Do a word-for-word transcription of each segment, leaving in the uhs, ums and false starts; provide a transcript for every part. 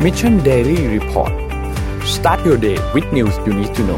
Mission Daily Report Start your day with news you need to know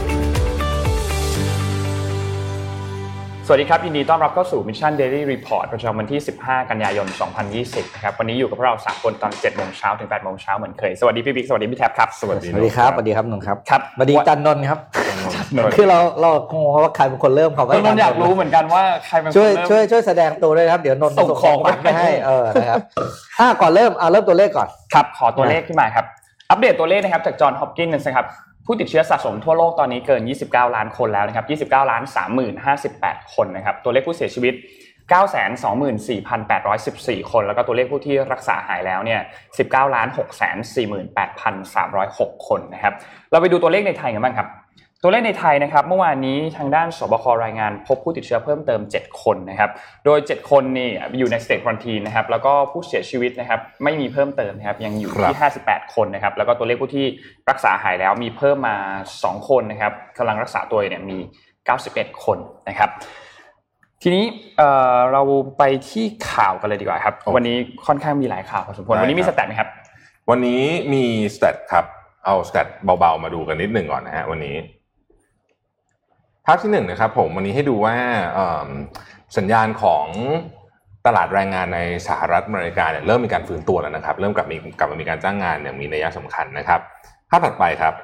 สวัสดีครับยินดีต้อนรับเข้าสู่ Mission Daily Report ประจำวันที่สิบห้ากันยายนสองพันยี่สิบนะครับวันนี้อยู่กับพวกเราสามคนตอน เจ็ดโมง เช้าถึง แปดโมง เช้าเหมือนเคยสวัสดีพี่บิ๊กสวัสดีพี่แท็บครับสวัสดีครับสวัสดีครับนนท์ครับครับสวัสดีจันนนท์ครับคือเราเราคงว่าใครเป็นคนเริ่มเขาก็นนท์อยากรู้เหมือนกันว่าใครเป็นคนเริ่มช่วยช่วยช่วยแสดงตัวด้วยครับเดี๋ยวนนท์ส่งของไปให้เออนะครับอ่ะก่อนเริ่มเอาเริ่มตัวเลขก่อนครับขอตัวเลขขึ้นมาครับอัปเดตตัวเลขนะครับจากจอห์นฮอปกินส์นะครับผู้ติดเชื้อสะสมทั่วโลกตอนนี้เกินยี่สิบเก้าล้านคนแล้วนะครับยี่สิบเก้าล้านสามหมื่นห้าสิบแปดคนนะครับตัวเลขผู้เสียชีวิต เก้าแสนสองหมื่นสี่พันแปดร้อยสิบสี่ คนแล้วก็ตัวเลขผู้ที่รักษาหายแล้วเนี่ยสิบเก้าล้านหกแสนสี่หมื่นแปดพันสามร้อยหกคนนะครับเราไปดูตัวเลขในไทยกันบ้างครับตัวเลขในไทยนะครับเมื่อวานนี้ทางด้านสบครายงานพบผู้ติดเชื้อเพิ่มเติมเจ็ดคนนะครับโดยเจ็ดคนนี่อยู่ในสเตทควอนตีนนะครับแล้วก็ผู้เสียชีวิตนะครับไม่มีเพิ่มเติมนะครับยังอยู่ที่ห้าสิบแปดคนนะครับแล้วก็ตัวเลขผู้ที่รักษาหายแล้วมีเพิ่มมาสองคนนะครับกำลังรักษาตัวเนี่ยมีเก้าสิบเอ็ดคนนะครับทีนี้เอ่อเราไปที่ข่าวกันเลยดีกว่าครับวันนี้ค่อนข้างมีหลายข่าวพอสมควรวันนี้มีสแตทมั้ยครับวันนี้มีสแตทครับเอาสแตทเบาๆมาดูกันนิดนึงก่อนนะฮะวันนี้ภาพที่หนึ่งนะครับผมวันนี้ให้ดูว่าสัญญาณของตลาดแรงงานในสหรัฐอเมริกาเนี่ยเริ่มมีการฟื้นตัวแล้วนะครับเริ่มกลับมีกลับมามีการจ้างงานอย่างมีนัยสำคัญนะครับภาพถัดไปครับ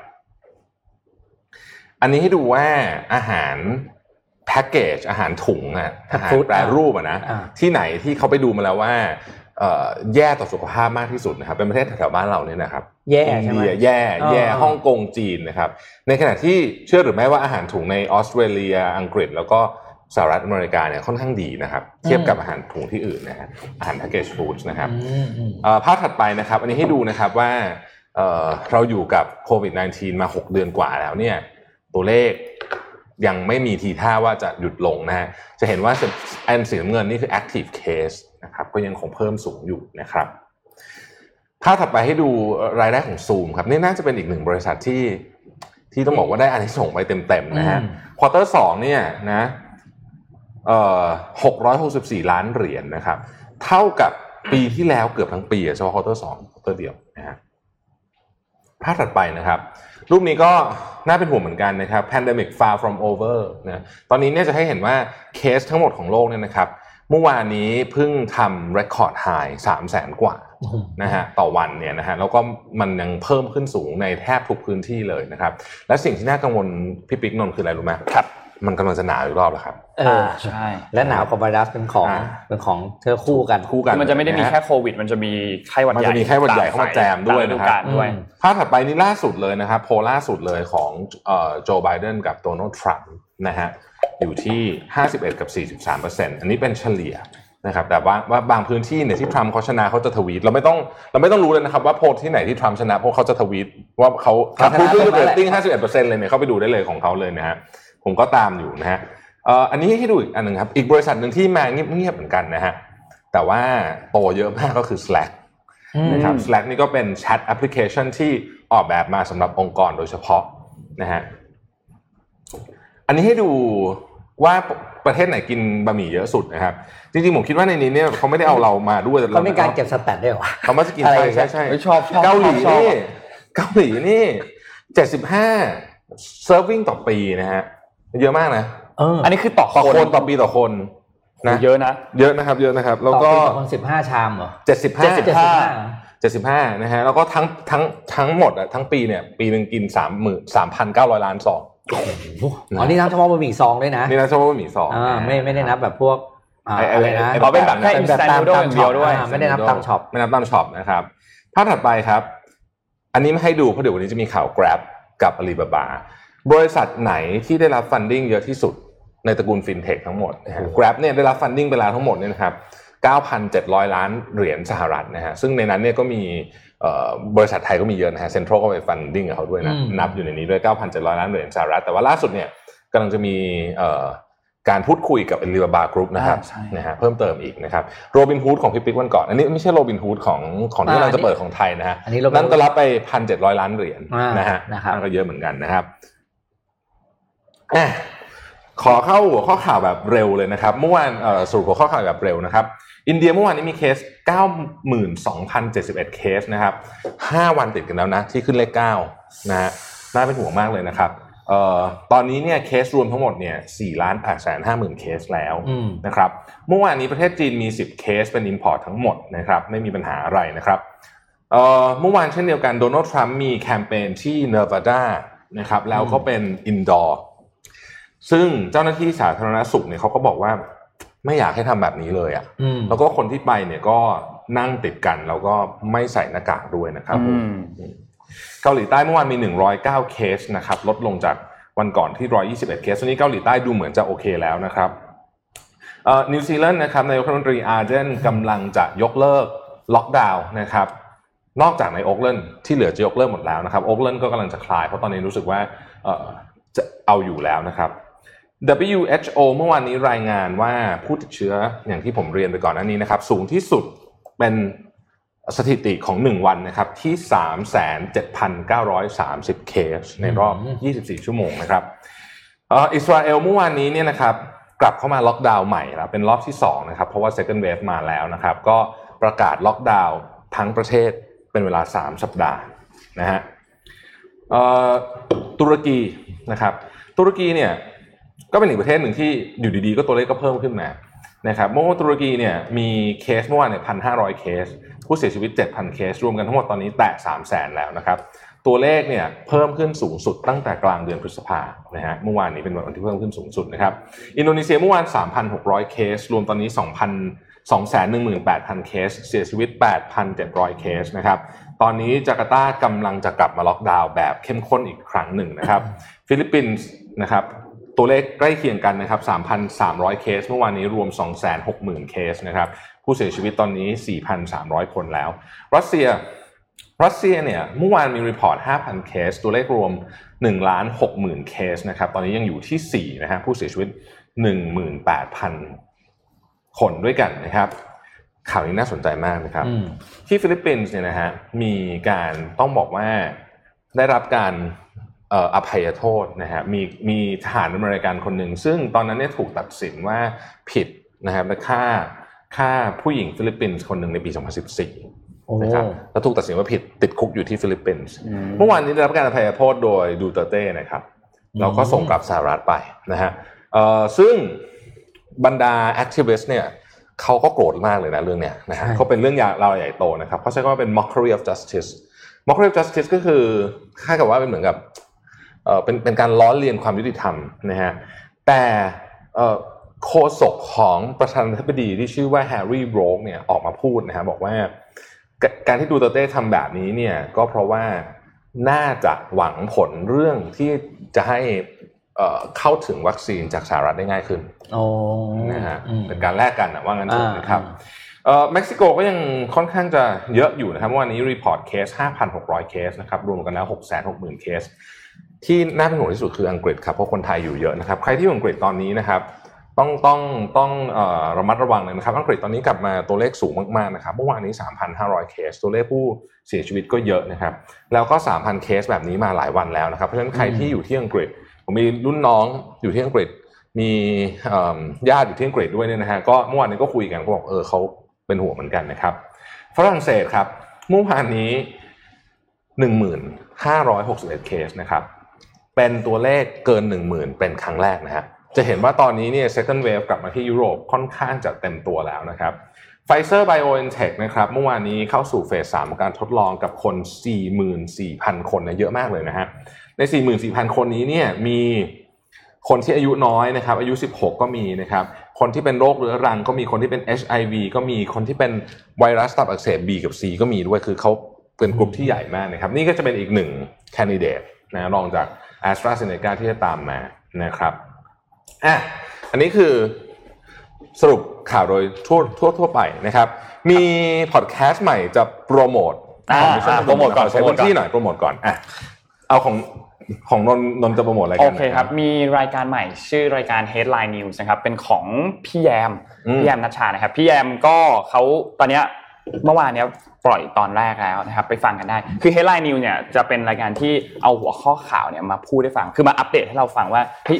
อันนี้ให้ดูว่าอาหารแพ็คเกจอาหารถุงอ่ะอาหารแปรรูปอ่ะนะที่ไหนที่เขาไปดูมาแล้วว่าแย่ต่อสุขภาพมากที่สุดนะครับเป็นประเทศแถวๆบ้านเราเนี่ยนะครับแย่ใช่ไหมแย่แย่ฮ่องกงจีนนะครับในขณะที่เชื่อหรือไม่ว่าอาหารถุงในออสเตรเลียอังกฤษแล้วก็สหรัฐอเมริกาเนี่ยค่อนข้างดีนะครับเทียบกับอาหารถุงที่อื่นนะฮะอาหารแพ็คเกจฟู้ดนะครับภาพถัดไปนะครับอันนี้ให้ดูนะครับว่าเราอยู่กับโควิด สิบเก้า มาหกเดือนกว่าแล้วเนี่ยตัวเลขยังไม่มีทีท่าว่าจะหยุดลงนะฮะจะเห็นว่าอันสีน้ำเงินนี่คือ active case นะครับก็ยังคงเพิ่มสูงอยู่นะครับภาพถัดไปให้ดูรายได้ของ Zoom ครับนี่น่าจะเป็นอีกหนึ่งบริษัทที่ที่ต้องบอกว่าได้อานิสงส์ไปเต็มๆนะฮะควอเตอร์สองเนี่ยนะเอ่อหกร้อยหกสิบสี่ล้านเหรียญ นะครับเท่ากับปีที่แล้วเกือบทั้งปีเฉพาะควอเตอร์สองควอเตอร์เดียวนะฮะภาพถัดไปนะครับรูปนี้ก็น่าเป็นห่วงเหมือนกันนะครับ Pandemic far from over นะตอนนี้เนี่ยจะให้เห็นว่าเคสทั้งหมดของโลกเนี่ยนะครับเมื่อวานนี้เพิ่งทำ record high สามแสนกว่านะฮะต่อวันเนี่ยนะฮะแล้วก็มันยังเพิ่มขึ้นสูงในแทบทุกพื้นที่เลยนะครับและสิ่งที่น่ากังวลพี่ปิ๊กนนท์คืออะไรรู้ไหมครับมันกำลังจะหนาวอีกรอบแล้วครับเออใช่และหนาวกับไวรัสเป็นของเป็นของเธอคู่กันคู่กันมันจะไม่ได้มีแค่โควิดมันจะมีไข้หวัดใหญ่มันจะมีไข้หวัดใหญ่เข้ามาแจมด้วยนะครับภาพถัดไปนี่ล่าสุดเลยนะครับโพลล่าสุดเลยของเอ่อโจไบเดนกับโดนัลด์ทรัมป์นะฮะอยู่ที่ห้าสิบเอ็ดกับ สี่สิบสามเปอร์เซ็นต์ อันนี้เป็นเฉลี่ยนะครับแต่ว่าว่าบางพื้นที่เนี่ยที่ทรัมป์เขาชนะเขาจะทวีตเราไม่ต้องเราไม่ต้องรู้เลยนะครับว่าโพลที่ไหนที่ทรัมป์ชนะพวกเขาจะทวีตว่าเขาพูดเรื่องเรตติ้ง ห้าสิบเอ็ดเปอร์เซ็นต์ เลยเนี่ยเข้าไปดูได้เลยของเขาเลยนะฮะผมก็ตามอยู่นะฮะเอ่ออันนี้ให้ดูอีกอันนึงครับอีกบริษัทนึงที่มาเงียบๆเหมือนกันนะฮะแต่ว่าโตเยอะมากก็คือ Slack นะครับ Slack นี่ก็เป็นแชทแอปพลิเคชันที่ออกแบบมาสำหรับองค์กรโดยเฉพาะนะฮะอันนี้ให้ดูว่าประเทศไหนกินบะหมี่เยอะสุดนะครับจริงๆผมคิดว่าในนี้เนี่ยเขาไม่ได้เอาเรามาด้วยเขามีการเก็บสแตทด้วยเหรอเขามาจะกินใช่ใช่ใช่ชอบเกาหลีนี่เกาหลีนี่เจ็ดสิบห้า serving ต่อปีนะฮะเยอะมากนะอันนี้คือต่อคนต่อปีต่อคนนะเยอะนะเยอะนะครับเยอะนะครับแล้วก็ต่อคนสิบห้าชามเหรอเจ็ดสิบห้า เจ็ดสิบห้า เจ็ดสิบห้านะฮะแล้วก็ทั้งทั้งทั้งหมดอ่ะทั้งปีเนี่ยปีนึงกิน สามหมื่นสามพันเก้าร้อย ล้านซองโอ้โหอ๋อนี่นับเฉพาะบะหมี่ซองด้วยนะนี่นับเฉพาะบะหมี่ซองอ่าไม่ไม่ได้นับแบบพวกอะไรนะอ๋อเป็นแบบแค่ instant noodle อย่างเดียวด้วยไม่ได้นับตามช็อปไม่นับตามช็อปนะครับภาพถัดไปครับอันนี้ไม่ให้ดูเพราะเดี๋ยววันนี้จะมีข่าว Grab กับ Alibaba บริษัทไหนที่ได้รับ funding เยอะที่สุดในตระกูล FinTech ทั้งหมดนะฮะ Grab เนี่ยได้รับ funding ไปแล้วทั้งหมดเนี่ยนะครับ เก้าพันเจ็ดร้อย ล้านเหรียญสหรัฐนะฮะซึ่งในนั้นเนี่ยก็มีบริษัทไทยก็มีเยอะนะฮะ Central ก็ไป funding กับเขาด้วยนะนับอยู่ในนี้ด้วย เก้าพันเจ็ดร้อย ล้านเหรียญสหรัฐแต่ว่าล่าสุดเนี่ยกำลังจะมีการพูดคุยกับ Alibaba Group นะครับนะฮะเพิ่มเติมอีกนะครับ Robinhood ของพี่ปิ๊กวันก่อนอันนี้ไม่ใช่ Robinhood ของของที่กำลังจะเปิดของไทยนะฮะนั่นก็รับไป หนึ่งพันเจ็ดร้อย ล้านเหรียญนะฮะนั่นก็เยอะเหมือนกันนะครับขอเข้าหัวข้อข่าวแบบเร็วเลยนะครับเมื่อวานสรุปหัวข้อข่าวแบบเร็วนะครับอินเดียเมื่อวานนี้มีเคส เก้าหมื่นสองพันเจ็ดสิบเอ็ด เคสนะครับห้าวันติดกันแล้วนะที่ขึ้นเลขเก้านะฮะน่าเป็นห่วงมากเลยนะครับเอ่อตอนนี้เนี่ยเคสรวมทั้งหมดเนี่ย สี่ล้านแปดแสนห้าหมื่น เคสแล้วนะครับเมื่อวานนี้ประเทศจีนมีสิบเคสเป็น import ทั้งหมดนะครับไม่มีปัญหาอะไรนะครับเอ่อเมื่อวานเช่นเดียวกันโดนัลด์ทรัมป์มีแคมเปญที่เนวาดานะครับแล้วก็เป็น indoor ซึ่งเจ้าหน้าที่สาธารณสุขเนี่ยเขาก็บอกว่าไม่อยากให้ทำแบบนี้เลยอ่ะแล้วก็คนที่ไปเนี่ยก็นั่งติดกันแล้วก็ไม่ใส่หน้ากากด้วยนะครับเกาหลีใต้เมื่อวานมีหนึ่งร้อยเก้าเคสนะครับลดลงจากวันก่อนที่หนึ่งร้อยยี่สิบเอ็ดเคสตอนนี้เกาหลีใต้ดูเหมือนจะโอเคแล้วนะครับเอ่อนิวซีแลนด์นะครับนายกรัฐมนตรีอาร์เดนกำลังจะยกเลิกล็อกดาวน์นะครับนอกจากในโอ๊คแลนด์ที่เหลือจะยกเลิกหมดแล้วนะครับโอ๊คแลนด์ก็กำลังจะคลายเพราะตอนนี้รู้สึกว่าเอ่อจะเอาอยู่แล้วนะครับ ดับเบิลยู เอช โอ เมื่อวานนี้รายงานว่าผู้ติดเชื้ออย่างที่ผมเรียนไปก่อนหน้านี้นะครับสูงที่สุดเป็นสถิติของหนึ่งวันนะครับที่ สามแสนเจ็ดพันเก้าร้อยสามสิบ เคสในรอบยี่สิบสี่ชั่วโมงนะครับเอ่ออิสราเอลเมื่อวานนี้เนี่ยนะครับกลับเข้ามาล็อกดาวน์ใหม่แล้วเป็นรอบที่สองนะครับเพราะว่า second wave มาแล้วนะครับก็ประกาศล็อกดาวน์ทั้งประเทศเป็นเวลาสามสัปดาห์นะฮะเอ่อตุรกีนะครับตุรกีเนี่ยก็เป็นอีกประเทศหนึ่งที่อยู่ดีๆก็ตัวเลขก็เพิ่มขึ้นมานะครับเมื่อวานตุรกีเนี่ยมีเคสเมื่อวานเนี่ย หนึ่งพันห้าร้อย เคสผู้เสียชีวิต เจ็ดพัน เคสรวมกันทั้งหมดตอนนี้แตะ สามแสน แล้วนะครับตัวเลขเนี่ยเพิ่มขึ้นสูงสุดตั้งแต่กลางเดือนพฤษภาคมนะฮะเมื่อวานนี้เป็นวันที่เพิ่มขึ้นสูงสุดนะครับอินโดนีเซียเมื่อวาน สามพันหกร้อย เคสรวมตอนนี้ สองพัน สองแสนหนึ่งหมื่นแปดพัน เคสเสียชีวิต แปดพันเจ็ดร้อย เคสนะครับตอนนี้จาการ์ตากำลังจะกลับมาล็อกดาวน์แบบเข้มข้นอีกครั้งหนึ่งนะครับฟิลิปปินส์นะครับตัวเลขใกล้เคียงกันนะครับ สามพันสามร้อย เคสเมื่อวานนี้รวม สองแสนหกหมื่น เคสนะครับผู้เสียชีวิตตอนนี้ สี่พันสามร้อย คนแล้วรัสเซียรัสเซียเนี่ยเมื่อวานมีรีพอร์ต ห้าพัน เคสตัวเลขรวม หนึ่งล้านหกหมื่น เคสนะครับตอนนี้ยังอยู่ที่สี่นะฮะผู้เสียชีวิต หนึ่งหมื่นแปดพัน คนด้วยกันนะครับข่าวนี้น่าสนใจมากนะครับที่ฟิลิปปินส์เนี่ยนะฮะมีการต้องบอกว่าได้รับการเอ่ออภัยโทษนะฮะมีมีทหารอเมริกันคนหนึ่งซึ่งตอนนั้นเนี่ยถูกตัดสินว่าผิดนะครับและฆ่าฆ่าผู้หญิงฟิลิปปินส์คนหนึ่งในปีสองพันสิบสี่นะครับแล้วถูกตัดสินว่าผิดติดคุกอยู่ที่ฟิลิปปินส์เมื่อวานนี้ได้รับการอภัยโทษโดยดูเตอร์เต้นะครับแล้วก็ส่งกลับสหรัฐไปนะฮะเอ่อซึ่งบรรดาแอคทิวิสต์เนี่ยเขาก็โกรธมากเลยนะเรื่องเนี้ยนะฮะเขาเป็นเรื่องยาวราวใหญ่โตนะครับเขาใช้คำว่าเป็น mockery of justice mockery of justice ก็คือคล้ายกับว่าเป็นเหมือนกับเอ่อเป็นเป็นการล้อเลียนความยุติธรรมนะฮะแต่เอ่อโฆษกของประธานาธิบดีที่ชื่อว่าแฮร์รี่โบรกเนี่ยออกมาพูดนะฮะบอกว่าการที่ดูเตอร์เต้ทำแบบนี้เนี่ยก็เพราะว่าน่าจะหวังผลเรื่องที่จะให้เอ่อเข้าถึงวัคซีนจากสหรัฐได้ง่ายขึ้นนะฮะเป็นการแลกกันนะว่างั้นเถอะนะครับเอ่อเม็กซิโกก็ยังค่อนข้างจะเยอะอยู่นะครับวันนี้รีพอร์ตเคส ห้าพันหกร้อย เคสนะครับรวมกันแล้ว หกแสนหกหมื่น เคสที่น่าเป็นห่วงที่สุดคืออังกฤษครับเพราะคนไทยอยู่เยอะนะครับใครที่อยู่อังกฤษตอนนี้นะครับต้องต้องต้องเอ่อระมัดระวังเลยนะครับอังกฤษตอนนี้กลับมาตัวเลขสูงมากๆนะครับเมื่อวานนี้ สามพันห้าร้อย เคสตัวเลขผู้เสียชีวิตก็เยอะนะครับแล้วก็ สามพัน เคสแบบนี้มาหลายวันแล้วนะครับเพราะฉะนั้นใครที่อยู่ที่อังกฤษผมมีรุ่นน้องอยู่ที่อังกฤษมีญาติอยู่ที่อังกฤษด้วยเนี่ยนะฮะก็เมื่อวานนี้ก็คุยกันเขาบอกเออเขาเป็นห่วงเหมือนกันนะครับฝรั่งเศสครับเมื่อวานนี้ หนึ่งพันห้าร้อยหกสิบเอ็ด เคสนะครับเป็นตัวเลขเกิน หนึ่งหมื่น เป็นครั้งแรกนะฮะจะเห็นว่าตอนนี้เนี่ย second wave กลับมาที่ยุโรปค่อนข้างจะเต็มตัวแล้วนะครับ Pfizer BioNTech นะครับเมื่อวานนี้เข้าสู่เฟสสามของการทดลองกับคน สี่หมื่นสี่พัน คนนะเยอะมากเลยนะฮะใน สี่หมื่นสี่พัน คนนี้เนี่ยมีคนที่อายุน้อยนะครับอายุสิบหกก็มีนะครับคนที่เป็นโรคเรื้อรังก็มีคนที่เป็น เอช ไอ วี ก็มีคนที่เป็นไวรัสตับอักเสบ B กับ C ก็มีด้วยคือเขาเป็นกลุ่มที่ใหญ่มากนะครับนี่ก็จะเป็นอีกหนึ่งแคนดิเดตนะรองจาก AstraZeneca ที่จะตามมานะครับอ่ะอันนี้คือสรุปข่าวโดยทั่วทั่วทั่วไปนะครับมีพอดแคสต์ใหม่จะโปรโมทโปรโมทก่อนใช้พื้นที่หน่อยโปรโมทก่อนอ่ะเอาของของนนนนจะโปรโมทอะไรกันโอเคครับมีรายการใหม่ชื่อรายการ Headline News นะครับเป็นของพี่แยมพี่แยมณัชชานะครับพี่แยมก็เขาตอนเนี้ยเมื่อวานเนี้ยปล่อยตอนแรกแล้วนะครับไปฟังกันได้คือ Headline News เนี่ยจะเป็นรายการที่เอาหัวข้อข่าวเนี่ยมาพูดให้ฟังคือมาอัปเดตให้เราฟังว่าเฮ้ย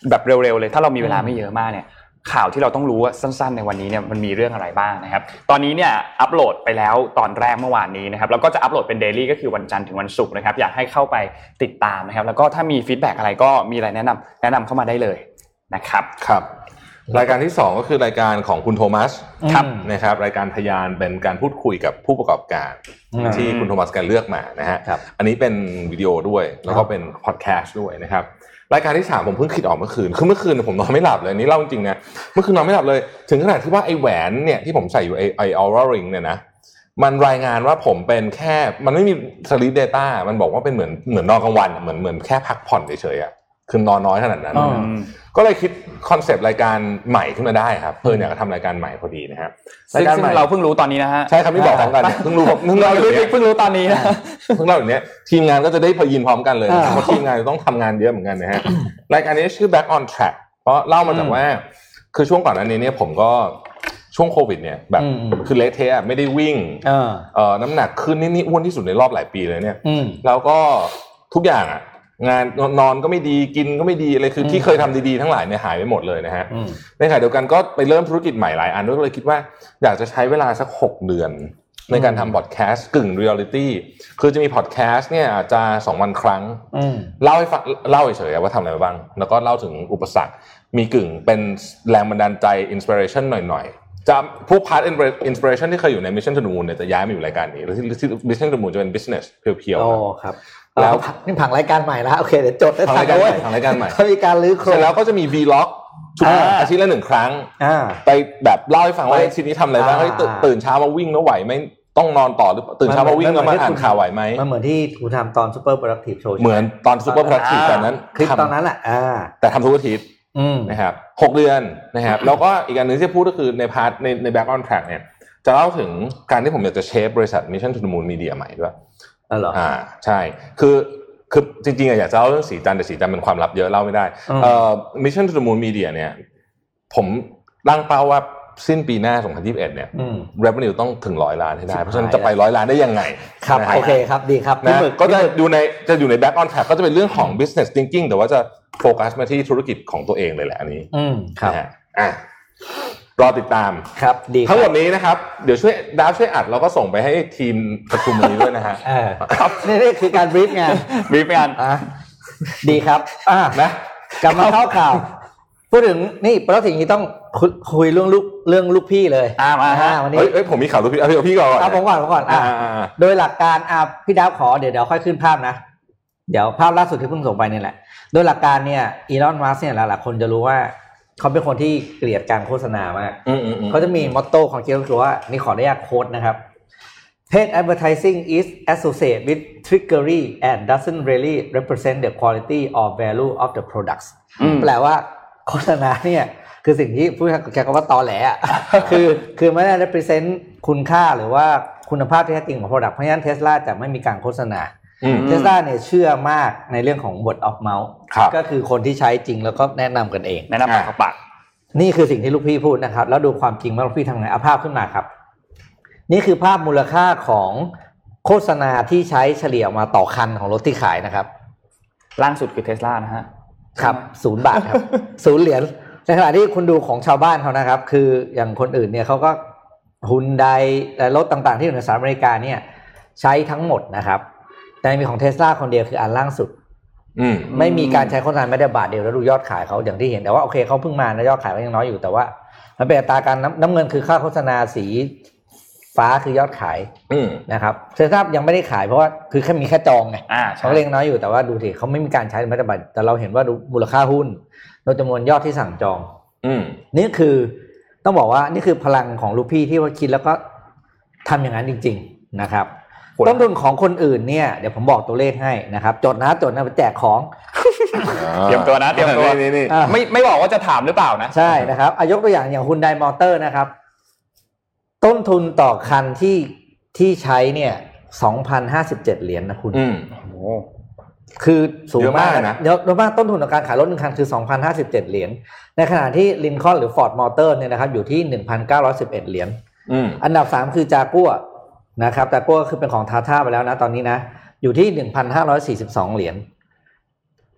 แบบเร็วๆเลยถ้าเรามีเวลาไม่เยอะมากเนี่ยข่าวที่เราต้องรู้ว่าสั้นๆในวันนี้เนี่ยมันมีเรื่องอะไรบ้างนะครับตอนนี้เนี่ยอัปโหลดไปแล้วตอนแรกเมื่อวานนี้นะครับแล้วก็จะอัปโหลดเป็นเดลี่ก็คือวันจันทร์ถึงวันศุกร์นะครับอยากให้เข้าไปติดตามนะครับแล้วก็ถ้ามีฟีดแบ็กอะไรก็มีอะไรแนะนำแนะนำเข้ามาได้เลยนะครับครับรายการที่สองก็คือรายการของคุณโทมัสครับนะครับรายการพยานเป็นการพูดคุยกับผู้ประกอบการที่คุณโทมัสแกเลือกมานะฮะอันนี้เป็นวิดีโอด้วยแล้วก็เป็นพอดแคสต์ด้วยนะครับรายการที่สามผมเพิ่งคิดออกเมื่อคืนคือเมื่อคืนผมนอนไม่หลับเลยนี่เล่าจริงๆนะเมื่อคืนนอนไม่หลับเลยถึงขนาดที่ว่าไอ้แหวนเนี่ยที่ผมใส่อยู่ไอ้ไอ้ Aura Ring เนี่ยนะมันรายงานว่าผมเป็นแค่มันไม่มี sleep data มันบอกว่าเป็นเหมือนเหมือนนอนกลางวันเหมือนเหมือนแค่พักผ่อนเฉยๆอ่ะคือนอนน้อยขนาดนั้นก็เลยคิดคอนเซปต์รายการใหม่ขึ้นมาได้ครับเพื่อนอยากจะทำรายการใหม่พอดีนะฮะรายการใหม่เราเพิ่งรู้ตอนนี้นะฮะใช่ครับที่บอกพร้อมกันเพิ่งรู้เพิ่งเล่าอยู่เนี่ยเพิ่งรู้ตอนนี้นะเพิ่งเล่าอยู่เนี่ยทีมงานก็จะได้พยินพร้อมกันเลยเพราะทีมงานต้องทำงานเยอะเหมือนกันนะฮะรายการนี้ชื่อ Back on Track เพราะเล่ามาจากว่าคือช่วงก่อนอันนี้เนี่ยผมก็ช่วงโควิดเนี่ยแบบคือเละเทะไม่ได้วิ่งเอ่อน้ำหนักขึ้นนี่อ้วนที่สุดในรอบหลายปีเลยเนี่ยแล้วก็ทุกอย่างอ่ะงานนอนก็ไม่ดีกินก็ไม่ดีอะไรคือที่เคยทำดีๆทั้งหลายเนี่ยหายไปหมดเลยนะฮะในขณะเดียวกันก็ไปเริ่มธุรกิจใหม่หลายอันก็เลยคิดว่าอยากจะใช้เวลาสักหกเดือนในการทำพอดแคสต์กึ่งเรียลลิตี้คือจะมีพอดแคสต์เนี่ยอาจจะสองวันครั้งเล่าให้ฟังเล่าเฉยๆว่าทำอะไรบ้างแล้วก็เล่าถึงอุปสรรคมีกึ่งเป็นแรงบันดาลใจอินสปิเรชันหน่อยๆจะพวกพาร์ทอินสปิเรชันที่เคยอยู่ใน Mission to the Moon เนี่ยจะย้ายมาอยู่รายการนี้แล้วที่ Mission to the Moon จะเป็น business เพียวๆอ๋อครับแล้วนี่ผังรายการใหม่แล้วโอเคเดี๋ยวจดได้ทันด้วยผังรายการใหม่เขามีการลื้อโครงเสร็จแล้วก็จะมี Vlog ทุกอาทิตย์ละหนึ่งครั้งไปแบบเล่าให้ฟังว่าอาทิตย์นี้ทำอะไรบ้างเฮ้ยตื่นเช้ามาวิ่งแล้วไหวไหมต้องนอนต่อหรือตื่นเช้ามาวิ่งแล้วมาอ่านข่าวไหวไหมมันเหมือนที่คุณทำตอน Super Productive Show เหมือนตอน Super Productive ตอนนั้นคลิปตอนนั้นแหละแต่ทำทุกอาทิตย์นะครับหกเดือนนะครับแล้วก็อีกอันนึงที่พูดก็คือในพาร์ทในใน Back on Track เนี่ยจะเล่าถึงการที่ผมอยากจะเชฟบริษัท Mission to the Moon Media ใหม่ด้วยอ๋อเหรออ่าใช่คือคือจริงๆอยากจะเล่าเรื่องสีจันทร์แต่สีจันทร์เป็นความลับเยอะเล่าไม่ได้เอ่อ Mission to the Moon Media เนี่ยผมตั้งเป้าว่าสิ้นปีหน้าสองพันยี่สิบเอ็ดเนี่ย revenue ต้องถึงร้อยล้านให้ได้เพราะฉะนั้นจะไปร้อยล้านได้ยังไงครับโอเคครับดีครับนะก็จะอยู่ในจะอยู่ใน back on track ก็จะเป็นเรื่องของ business thinking แต่ว่าจะโฟกัสมาที่ธุรกิจของตัวเองเลยแหละอันนี้อืมครับอ่ะรอติดตามครับดีทั้งหมดนี้นะครับเดี๋ยวช่วยดาวช่วยอัดแล้วก็ส่งไปให้ทีมประชุมนี้ด้วยนะฮะครับนี่คือการบรีฟงานบรีฟงานอ่ะดีครับอ่ะนะกลับมาเข้าข่าวพูดถึงนี่ปกตินี้ต้องคุยเรื่องลูกเรื่องลูกพี่เลยอ่ามาฮะวันนี้เฮ้ยผมมีข่าวลูกพี่เอาพี่ก่อนเอาผมก่อนผมก่อนอ่าโดยหลักการอ่ะพี่ดาวขอเดี๋ยวเดี๋ยวค่อยขึ้นภาพนะเดี๋ยวภาพล่าสุดที่เพิ่งส่งไปนี่แหละโดยหลักการเนี่ยอีลอนมัสก์เนี่ยหลายๆคนจะรู้ว่าเขาเป็นคนที่เกลียดการโฆษณามากเขาจะมีมอตโต้ของเขาคือว่านี่ขออนุญาตโค้ดนะครับ Paid advertising is associated with trickery and doesn't really represent the quality or value of the products แปลว่าโฆษณาเนี่ยคือสิ่งที่ผู้ใช้คำว่าตอแหลอ่ะคือคือไม่ได้ represent คุณค่าหรือว่าคุณภาพที่แท้จริงของ product เพราะฉะนั้น Tesla จะไม่มีการโฆษณา Tesla เนี่ยเชื่อมากในเรื่องของ word of mouth ก็คือคนที่ใช้จริงแล้วก็แนะนำกันเองแนะนำปากต่อปากนี่คือสิ่งที่ลูกพี่พูดนะครับแล้วดูความจริงว่าลูกพี่ทำไงเอาภาพขึ้นมาครับนี่คือภาพมูลค่าของโฆษณาที่ใช้เฉลี่ยมาต่อคันของรถที่ขายนะครับล่างสุดคือ Tesla นะฮะครับศูนย์บาทครับศูนย์เหรียญในขณะที่คุณดูของชาวบ้านเขานะครับคืออย่างคนอื่นเนี่ยเขาก็ฮุนไดและรถต่างๆที่อยู่ในสหรัฐอเมริกาเนี่ยใช้ทั้งหมดนะครับแต่มีของ Tesla คนเดียวคืออันล่างสุดไม่มีการใช้โฆษณาไม่ได้บาทเดียวแล้วดูยอดขายเขาอย่างที่เห็นแต่ว่าโอเคเขาเพิ่งมานะยอดขายก็ยังน้อยอยู่แต่ว่ามันเป็นอัตราการน้ำเงินคือค่าโฆษณาสีฟ้าคือยอดขายนะครับเซอร์ทับยังไม่ได้ขายเพราะว่าคือแค่มีแค่จองไงเขาเล็งน้อยอยู่แต่ว่าดูทีเขาไม่มีการใช้ไม่ได้บาทแต่เราเห็นว่าดูมูลค่าหุ้นโดยจำนวนยอดที่สั่งจองนี่คือต้องบอกว่านี่คือพลังของลูกพี่ที่ว่าคิดแล้วก็ทำอย่างนั้นจริงๆนะครับต้นทุนของคนอื่นเนี่ยเดี๋ยวผมบอกตัวเลขให้นะครับจดนะจดนะไปแจกของเตรียมตัวนะเตรียมตัวไม่ไม่บอกว่าจะถามหรือเปล่านะใช่นะครับอายกตัวอย่างอย่าง Hyundai Motor นะครับต้นทุนต่อคันที่ที่ใช้เนี่ย สองพันห้าสิบเจ็ด เหรียญ นะคุณโอ้โหคือสูงมากนะเยอะมากต้นทุนต่อการขายรถหนึ่งคันคือ สองพันห้าสิบเจ็ด เหรียญในขณะที่ Lincoln หรือ Ford Motor เนี่ยนะครับอยู่ที่ หนึ่งพันเก้าร้อยสิบเอ็ด เหรียญอันดับสามคือ Jaguar นะครับ Jaguar คือเป็นของ Tata ไปแล้วนะตอนนี้นะอยู่ที่ หนึ่งพันห้าร้อยสี่สิบสอง เหรียญ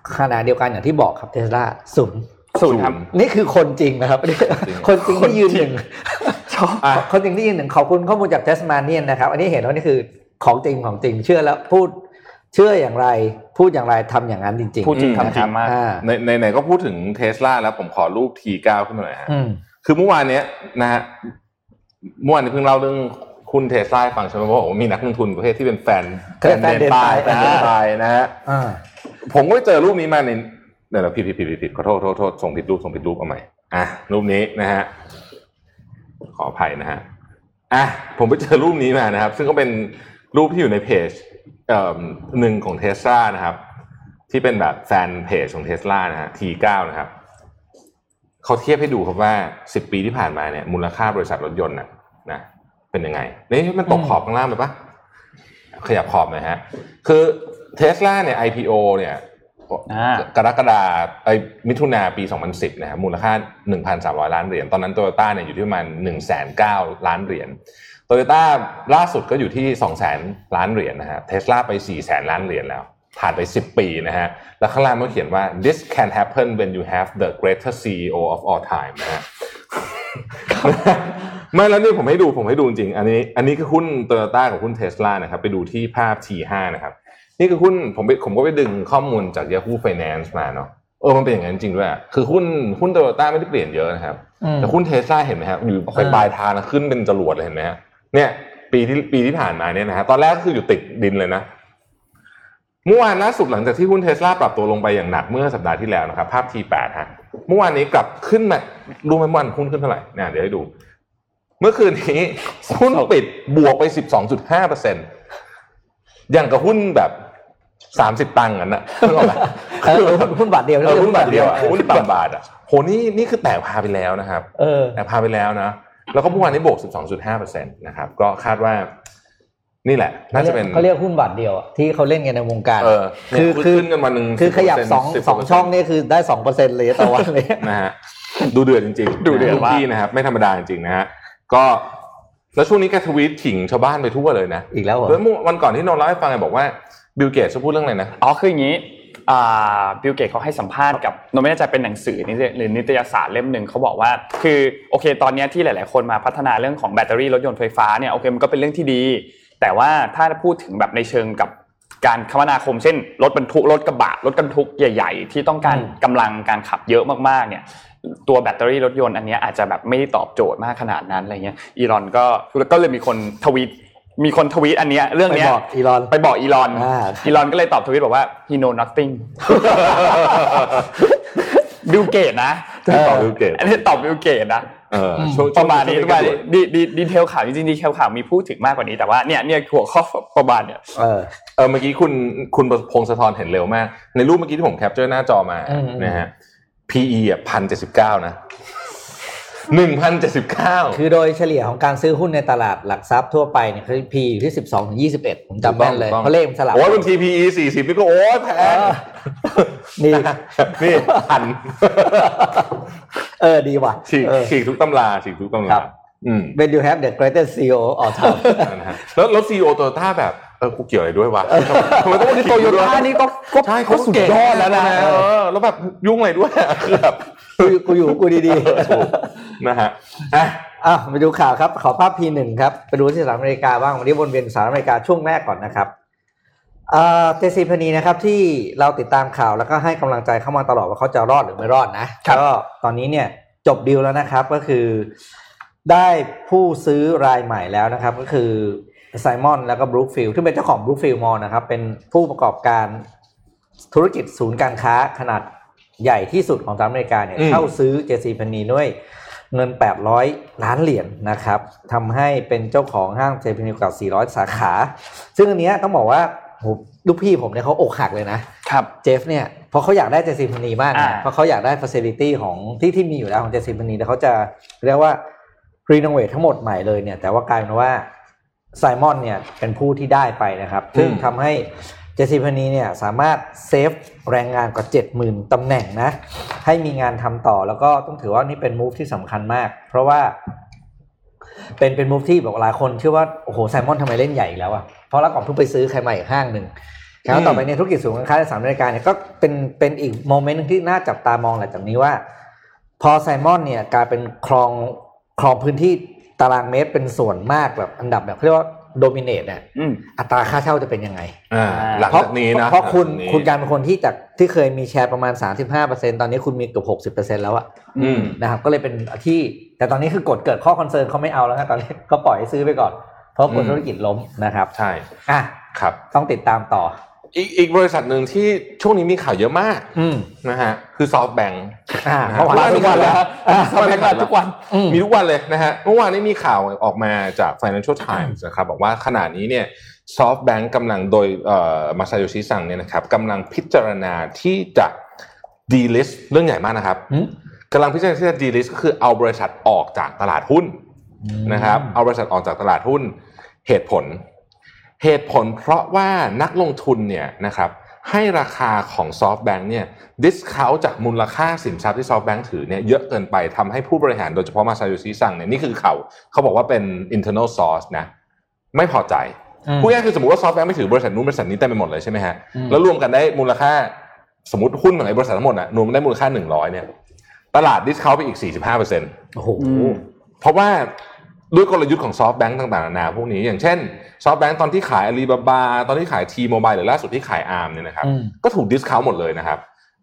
ขณะเดียวกันอย่างที่บอกครับ Tesla ศูนย์ศูนย์ครับนี่คือคนจริงนะครับคนจริงที่ยืนหนึ่งคนจริงที่ยืนหนึ่งขอบคุณข้อมูลจาก Tesmanian นะครับอันนี้เห็นว่านี่คือของจริงของจริงเชื่อแล้วพูดเชื่ออย่างไรพูดอย่างไรทำอย่างนั้นจริงๆพูดจริงทำจริงมากในในไหนก็พูดถึง Tesla แล้วผมขอรูป ที ไนน์ ขึ้นมาหน่อยฮะคือเมื่อวานนี้นะฮะเมื่อวานนี้เพิ่งเล่าเรื่องคุณ Tesla ฟังใช่ไหมว่ามีนักลงทุนประเภทที่เป็นแฟนแฟนเดนไตน์แฟนเดนไตน์นะฮะผมก็ไปเจอรูปนี้มาในเดี๋ยวผิดผิดผิดผิดขอโทษโทษโทษส่งผิดรูปส่งผิดรูปเอาใหม่อ่ะรูปนี้นะฮะขออภัยนะฮะอ่ะผมไปเจอรูปนี้มานะครับซึ่งก็เป็นรูปที่อยู่ในเพจเอ่อหนึ่งของ Tesla นะครับที่เป็นแบบแฟนเพจของ Tesla นะฮะ ที ไนน์ นะครับเขาเทียบให้ดูครับว่าสิบปีที่ผ่านมาเนี่ยมูลค่าบริษัทรถยนต์น่ะนะเป็นยังไงนี่มันตกขอบข้างล่างไปปะขยับขอบหน่อยฮะคือ Tesla เนี่ย ไอ พี โอ เนี่ยกรกฎาคมไอ้มิถุนาปีสองพันสิบนะฮะมูลค่า หนึ่งพันสามร้อย ล้านเหรียญตอนนั้น Toyota เนี่ยอยู่ที่ประมาณ หนึ่งแสนเก้า ล้านเหรียญ Toyota ล่าสุดก็อยู่ที่ สองแสน ล้านเหรียญนะฮะ Tesla ไป สี่แสน ล้านเหรียญแล้วผ่านไปสิบปีนะฮะแล้วข้างล่างมันเขียนว่า this can happen when you have the greatest ซี อี โอ of all time นะฮะไม่แล้วนี่ผมให้ดูผมให้ดูจริงอันนี้อันนี้คือหุ้น Toyota กับหุ้น Tesla นะครับไปดูที่ภาพ ที ไนน์ นะครับนี่คือหุ้นผมไปผมก็ไปดึงข้อมูลจาก Yahoo Finance มาเนาะเออมันเป็นอย่างนั้นจริงด้วยคือหุ้นหุ้น Toyota ไม่ได้เปลี่ยนเยอะนะครับแต่หุ้น Tesla เห็นไหมครับอยู่ไปปลายทางขึ้นเป็นจรวดเลยเห็นไหมฮะเนี่ยปีที่ปีที่ผ่านมาเนี่ยนะฮะตอนแรกก็คืออยู่ติดดินเลยนะเมื่อวานล่าสุดหลังจากที่หุ้น Tesla ปรับตัวลงไปอย่างหนักเมื่อสัปดาห์ที่แล้วนะครับภาพ ที แปด ฮะเมื่อวานนี้กลับขึ้นมารู้ไหมเมื่อวานหุ้นขึ้นเท่าไหร่เนี่ยเดี๋ยวให้ดูเมื่อคืนนี้หุ้นปิดบวกไป สิบสองจุดห้าเปอร์เซ็นต์ อย่างกับหุ้นแบบสามสิบตังค์งั้นน่ะนึกออกมั้ยคือหุ้นบาทเดียวเออหุ้นบาทเดียวหุ้นต่ำบาทอ่ะโหนี่นี่คือแตกพาไปแล้วนะครับเออแตกพาไปแล้วนะแล้วก็เมื่อวานนี้บวก สิบสองจุดห้าเปอร์เซ็นต์ นะครับก็คาดว่านี่แหละน่าจะเป็นเขาเรียกหุ้นบาทเดียวที่เขาเล่นกันในวงการคือขึ้นกันวันนึงคือขยับสอง สองช่องนี่คือได้ สองเปอร์เซ็นต์ เลยต่อวันเลยนะฮะดูเดือดจริงๆดูเดือดมากนะครับไม่ธรรมดาจริงๆนะฮะก็แล้วช่วงนี้แกทวีตขิงชาวบ้านไปทั่วเลยนะอีกแล้วเหรอแล้ววันก่อนที่นนท์เล่าให้ฟังบอกว่าบิลเกตส์พูดเรื่องอะไรนะอ๋อคืออย่างนี้อ่าบิลเกตส์เขาให้สัมภาษณ์กับนนท์ไม่แน่ใจเป็นหนังสือนี่หรือนิตยสารเล่มนึงเขาบอกว่าคือโอเคตอนนี้ที่หลายๆคนมาพัฒนาเรื่องของแบตเตอรี่รถยนต์ไฟฟ้าเนี่ยโอเคมันก็เป็นเรื่องที่ดีแต่ว่าถ้าพูดถึงแบบในเชิงกับการคมนาคมเช่นรถบรรทุกรถกระบะรถบรรทุกใหญ่ๆที่ต้องการกำลังการขับเยอะมากๆเนี่ยตัวแบตเตอรี่รถยนต์อันนี้อาจจะแบบไม่ได้ตอบโจทย์มากขนาดนั้นอะไรเงี้ยอีลอนก็ก็เลยมีคนทวีตมีคนทวีตอันเนี้ยเรื่องเนี้ยไปบอกอีลอนไปบอกอีลอนอีลอนก็เลยตอบทวีตบอกว่า he know nothing บิลเกตนะตอบบิลเกตอันนี้ตอบบิลเกตนะเออประมาณนี้ประมาณนี้ดีดีดีเทลข่าวจริงๆดีเทลข่าวมีพูดถึงมากกว่านี้แต่ว่าเนี่ยเนี่ยหัวข้อประมาณเนี่ยเออเออเมื่อกี้คุณคุณพงศธรเห็นเร็วมากในรูปเมื่อกี้ที่ผมแคปเจอร์หน้าจอมานะฮะ พี อี อ่ะ หนึ่งพันเจ็ดสิบเก้า นะ หนึ่งพันเจ็ดสิบเก้าคือโดยเฉลี่ยของการซื้อหุ้นในตลาดหลักทรัพย์ทั่วไปเนี่ยคือ P อยู่ที่ สิบสองถึงยี่สิบเอ็ด ผมจำแม่นเลยเพราะเลขมันสลับโอ้ยบางที พี อี สี่สิบนี่ก็โอ้ยแพงนี่นี่พันเออดีว่ะฉีกฉีกทุกตำราฉีกทุกตำราอืม When you have the greatest ซี อี โอof all time แล้วแล้ว ซี อี โอ Toyota แบบเออกูเกี่ยวอะไรด้วยวะทำไมต้องเป็น Toyota นี่ก็ก็ใช่เขาสุดยอดแล้วนะเออแล้วแบบยุ่งอะไรด้วยคือแบบกูอยู่กูดีๆนะฮะอ่ะอ่ะไปดูข่าวครับขอภาพ พี หนึ่ง ครับไปดูที่สหรัฐอเมริกาบ้างวันนี้วนเวียนสหรัฐอเมริกาช่วงแรกก่อนนะครับอ่าเจซีพนีนะครับที่เราติดตามข่าวแล้วก็ให้กำลังใจเข้ามาตลอดว่าเขาจะรอดหรือไม่รอดนะก็ตอนนี้เนี่ยจบดีลแล้วนะครับก็คือได้ผู้ซื้อรายใหม่แล้วนะครับก็คือไซมอนแล้วก็บรูคฟิลด์ที่เป็นเจ้าของบรูคฟิลด์มอลล์นะครับเป็นผู้ประกอบการธุรกิจศูนย์การค้าขนาดใหญ่ที่สุดของสหรัฐอเมริกาเนี่ยเข้าซื้อ เจ ซี Penney ด้วยเงินแปดร้อยล้านเหรียญ นะครับทำให้เป็นเจ้าของห้าง เจ ซี Penney กว่าสี่ร้อยสาขาซึ่งอันเนี้ยต้องบอกว่าโหลูกพี่ผมเนี่ยเขาอกหักเลยนะครับเจฟเนี่ยเพราะเขาอยากได้ เจ ซี Penney มากนะเพราะเขาอยากได้ facility ของที่ที่มีอยู่แล้วของ เจ ซี Penney แต่เขาจะเรียกว่ารีโนเวททั้งหมดใหม่เลยเนี่ยแต่ว่ากลายเป็นว่าไซมอนเนี่ยเป็นผู้ที่ได้ไปนะครับซึ่งทำให้ เจ ซี Penney เนี่ยสามารถเซฟแรงงานกว่า เจ็ดหมื่น ตำแหน่งนะให้มีงานทำต่อแล้วก็ต้องถือว่านี่เป็นมูฟที่สำคัญมากเพราะว่าเป็นเป็นมูฟที่บอกหลายคนเชื่อว่าโอ้โหไซมอนทำไมเล่นใหญ่อีกแล้วอ่ะเพราะแล้วก่อนเพิ่งไปซื้อใครใหม่อีกห้างนึงแล้วต่อไปในธุรกิจศูนย์การค้าและสถานบริการเนี่ยก็เป็นเป็นอีกโมเมนต์นึงที่น่าจับตามองหลังจากนี้ว่าพอไซมอนเนี่ยกลายเป็นครองครองพื้นที่ตารางเมตรเป็นส่วนมากแบบอันดับแบบเรียกว่าโดมิเนตเนี่ยอัตราค่าเช่าจะเป็นยังไงหลังจากนี้นะเพราะคุณคุณการเป็นคนที่จากที่เคยมีแชร์ประมาณ สามสิบห้าเปอร์เซ็นต์ ตอนนี้คุณมีเกือบ หกสิบเปอร์เซ็นต์ แล้วอะนะครับก็เลยเป็นที่แต่ตอนนี้คือกฎเกิดข้อคอนเซิร์นเขาไม่เอาแล้วนะตอนนี้เขาปล่อยให้ซื้อไปก่อนเพราะกฎธุรกิจล้มนะครับใช่อ่ะครับต้องติดตามต่ออีกอีกบริษัทหนึ่งที่ช่วงนี้มีข่าวเยอะมากนะฮะคือ SoftBank อ่าเมื่อวานทุกวันแล้วทุกวันมีทุกวันเลยนะฮะเมื่อวานนี้มีข่าวออกมาจาก Financial Times นะครับบอกว่าขณะนี้เนี่ย SoftBank กำลังโดยเอ่อมาซาโยชิซังเนี่ยนะครับกำลังพิจารณาที่จะ delist เรื่องใหญ่มากนะครับกำลังพิจารณาที่จะ delist ก็คือเอาบริษัทออกจากตลาดหุ้นนะครับเอาบริษัทออกจากตลาดหุ้นเหตุผลเหตุผลเพราะว่านักลงทุนเนี่ยนะครับให้ราคาของ SoftBank เนี่ย discount จากมูลค่าสินทรัพย์ที่ SoftBank ถือเนี่ยเยอะเกินไปทำให้ผู้บริหารโดยเฉพาะมาซาโยชิซังเนี่ยนี่คือเขาเขาบอกว่าเป็น internal source นะไม่พอใจพูดง่ายๆคือสมมติว่า SoftBank ไม่ถือบริษัทนู้นบริษัทนี้เต็มไปหมดเลยใช่ไหมฮะแล้วรวมกันได้มูลค่าสมมติหุ้นของไอ้บริษัททั้งหมดน่ะรวมได้มูลค่าหนึ่งร้อยเนี่ยตลาด discount ไปอีก สี่สิบห้าเปอร์เซ็นต์โอ้โหเพราะว่าด้วยกลยุทธ์ของ SoftBank ต่างๆนานาพวกนี้อย่างเช่น SoftBank ตอนที่ขาย Alibaba ตอนที่ขาย T-Mobile หรือล่าสุดที่ขาย Arm เนี่ยนะครับก็ถูก discount หมดเลยนะครับ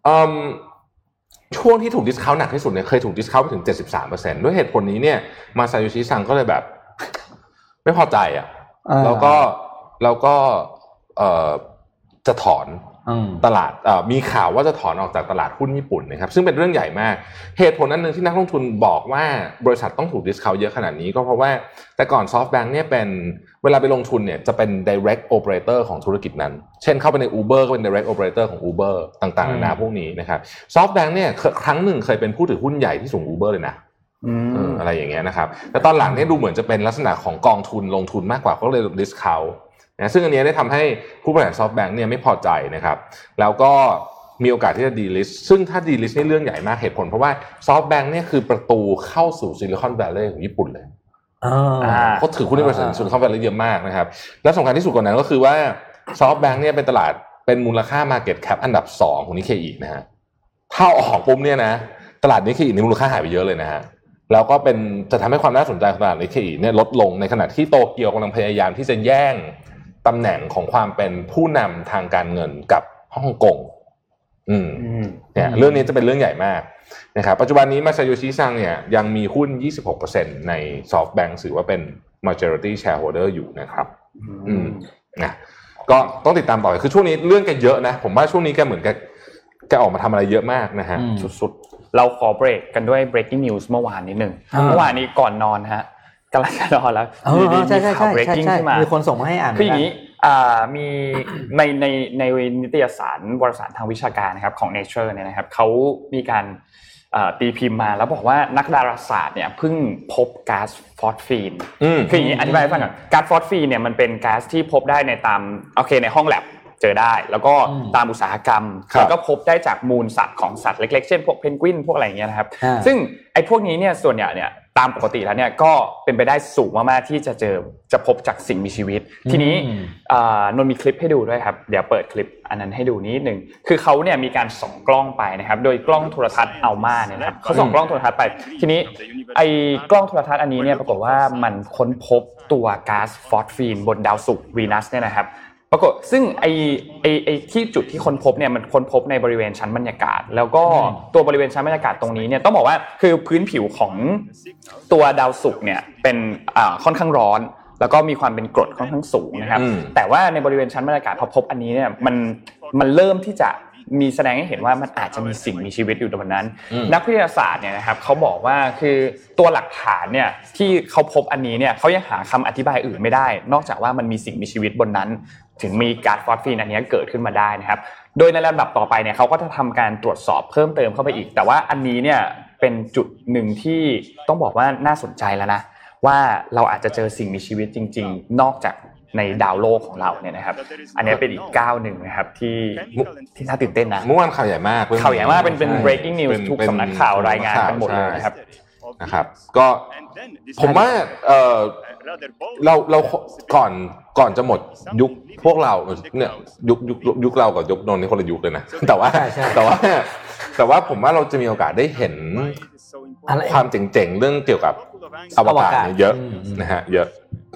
ช่วงที่ถูก discount หนักที่สุดเนี่ยเคยถูก discount ไปถึง เจ็ดสิบสามเปอร์เซ็นต์ ด้วยเหตุผลนี้เนี่ยมาซาโยชิซังก็เลยแบบไม่พอใจอ่ะแล้วก็แล้วก็เอ่อจะถอนตลาดมีข่าวว่าจะถอนออกจากตลาดหุ้นญี่ปุ่นนะครับซึ่งเป็นเรื่องใหญ่มากเหตุผลอันนึงที่นักลงทุนบอกว่าบริษัทต้องถูก discount เยอะขนาดนี้ก็เพราะว่าแต่ก่อน SoftBank เนี่ยเป็นเวลาไปลงทุนเนี่ยจะเป็น direct operator ของธุรกิจนั้นเช่นเข้าไปใน Uber ก็เป็น direct operator ของ Uber ต่างๆนานาพวกนี้นะครับ SoftBank เนี่ยครั้งหนึ่งเคยเป็นผู้ถือหุ้นใหญ่ที่สูง Uber เลยนะอะไรอย่างเงี้ยนะครับแต่ตอนหลังเนี่ยดูเหมือนจะเป็นลักษณะของกองทุนลงทุนมากกว่าก็เลย discountนะซึ่งอันนี้ได้ทำให้ผู้บริหาร SoftBank เนี่ยไม่พอใจนะครับแล้วก็มีโอกาสที่จะ delist ซึ่งถ้า delist นี่เรื่องใหญ่มากเหตุผลเพราะว่า SoftBank เนี่ยคือประตูเข้าสู่ Silicon Valley ของญี่ปุ่นเลยเขาถือหุ้นในบริษัท Silicon Valley เยอะมากนะครับและสำคัญที่สุดกว่านั้นก็คือว่า SoftBank เนี่ยเป็นตลาดเป็นมูลค่า market cap อันดับสองของ Nikkei นะฮะถ้าออกปุ๊บเนี่ยนะตลาด Nikkei นี่มูลค่าหายไปเยอะเลยนะฮะแล้วก็เป็นจะทำให้ความน่าสนใจของตลาด Nikkei เนี่ยลดลงในขณะที่โตเกียวกำลังพยายามที่จะแย่งตำแหน่งของความเป็นผู้นำทางการเงินกับฮ่องกงอืมเนี่ยเรื่องนี้จะเป็นเรื่องใหญ่มากนะครับปัจจุบันนี้มาซาโยชิซังเนี่ยยังมีหุ้น ยี่สิบหกเปอร์เซ็นต์ ใน SoftBank ถือว่าเป็น majority shareholder อยู่นะครับอืมนะก็ต้องติดตามต่อคือช่วงนี้เรื่องแกเยอะนะผมว่าช่วงนี้แกเหมือนแกแกออกมาทำอะไรเยอะมากนะฮะสุดๆเราขอเบรกกันด้วย breaking news เมื่อวานนิดนึงเมื่อวานนี้ก่อนนอนฮะกำลังจะนอนแล้วมีข่าว breaking ขึ้นมามีคนส่งมาให้อ่านคืออย่างนี้มีในในในนิตยสารวารสารทางวิชาการนะครับของ Nature เนี่ยนะครับเขามีการตีพิมพ์มาแล้วบอกว่านักดาราศาสตร์เนี่ยเพิ่งพบก๊าซฟอสฟีนคืออย่างนี้อธิบายให้ฟังก่อนก๊าซฟอสฟีนเนี่ยมันเป็นก๊าซที่พบได้ในตามโอเคในห้องแลบเจอได้แล้วก็ตามอุตสาหกรรมแล้วก็พบได้จากมูลสัตว์ของสัตว์เล็กๆเช่นพวกเพนกวินพวกอะไรอย่างเงี้ยนะครับซึ่งไอ้พวกนี้เนี่ยส่วนใหญ่เนี่ยตามปกติแล้วเนี่ยก็เป็นไปได้สูงมากๆที่จะเจอจะพบจากสิ่งมีชีวิตทีนี้นนมีคลิปให้ดูด้วยครับเดี๋ยวเปิดคลิปอันนั้นให้ดูนิดนึงคือเขาเนี่ยมีการส่องกล้องไปนะครับโดยกล้องโทรทัศน์อัลมาเนี่ยนะครับเขาส่องกล้องโทรทัศน์ไปทีนี้ไอ้กล้องโทรทัศน์อันนี้เนี่ยปรากฏว่ามันค้นพบตัวก๊าซฟอสฟีนบนดาวศุกร์วีนัสเนี่ยนะครับปรากฏซึ่งไอ้ไอ้ไอ้ที่จุดที่ค้นพบเนี่ยมันค้นพบในบริเวณชั้นบรรยากาศแล้วก็ตัวบริเวณชั้นบรรยากาศตรงนี้เนี่ยต้องบอกว่าคือพื้นผิวของตัวดาวศุกร์เนี่ยเป็นอ่าค่อนข้างร้อนแล้วก็มีความเป็นกรดค่อนข้างสูงนะครับแต่ว่าในบริเวณชั้นบรรยากาศพอพบอันนี้เนี่ยมันมันเริ่มที่จะมีแสดงให้เห็นว่ามันอาจจะมีสิ่งมีชีวิตอยู่ตรงนั้นนักวิทยาศาสตร์เนี่ยนะครับเขาบอกว่าคือตัวหลักฐานเนี่ยที่เขาพบอันนี้เนี่ยเขายังหาคำอธิบายอื่นไม่ได้นอกจากว่ามันมีสิ่งมีชีวิตบนนั้นถึงมีก๊าซฟอสฟีนอันนี้เกิดขึ้นมาได้นะครับโดยในลำดับต่อไปเนี่ยเขาก็จะทำการตรวจสอบเพิ่มเติมเข้าไปอีกแต่ว่าอันนี้เนี่ยเป็นจุดหนึ่งที่ต้องบอกว่าน่าสนใจแล้วนะว่าเราอาจจะเจอสิ่งมีชีวิตจริงๆนอกจากในดาวโลกของเราเนี่ยนะครับอันนี้เป็นอีกก้าวหนึ่งนะครับที่ที่น่าตื่นเต้นนะเมื่อวานข่าวใหญ่มากข่าวใหญ่มากเป็นเป็น breaking news ทุกสำนักข่าวรายงานกันหมดเลยนะครับนะครับก็ผมว่าเอ่อเราเราก่อนก่อนจะหมดยุคพวกเราเนี่ยยุคยุคยุคเรากับยุคนนท์นี่คนละยุคเลยนะแต่ว่าแต่ว่าแต่ว่าผมว่าเราจะมีโอกาสได้เห็นความเจ๋งๆเรื่องเกี่ยวกับอวกาศเยอะนะฮะเยอะ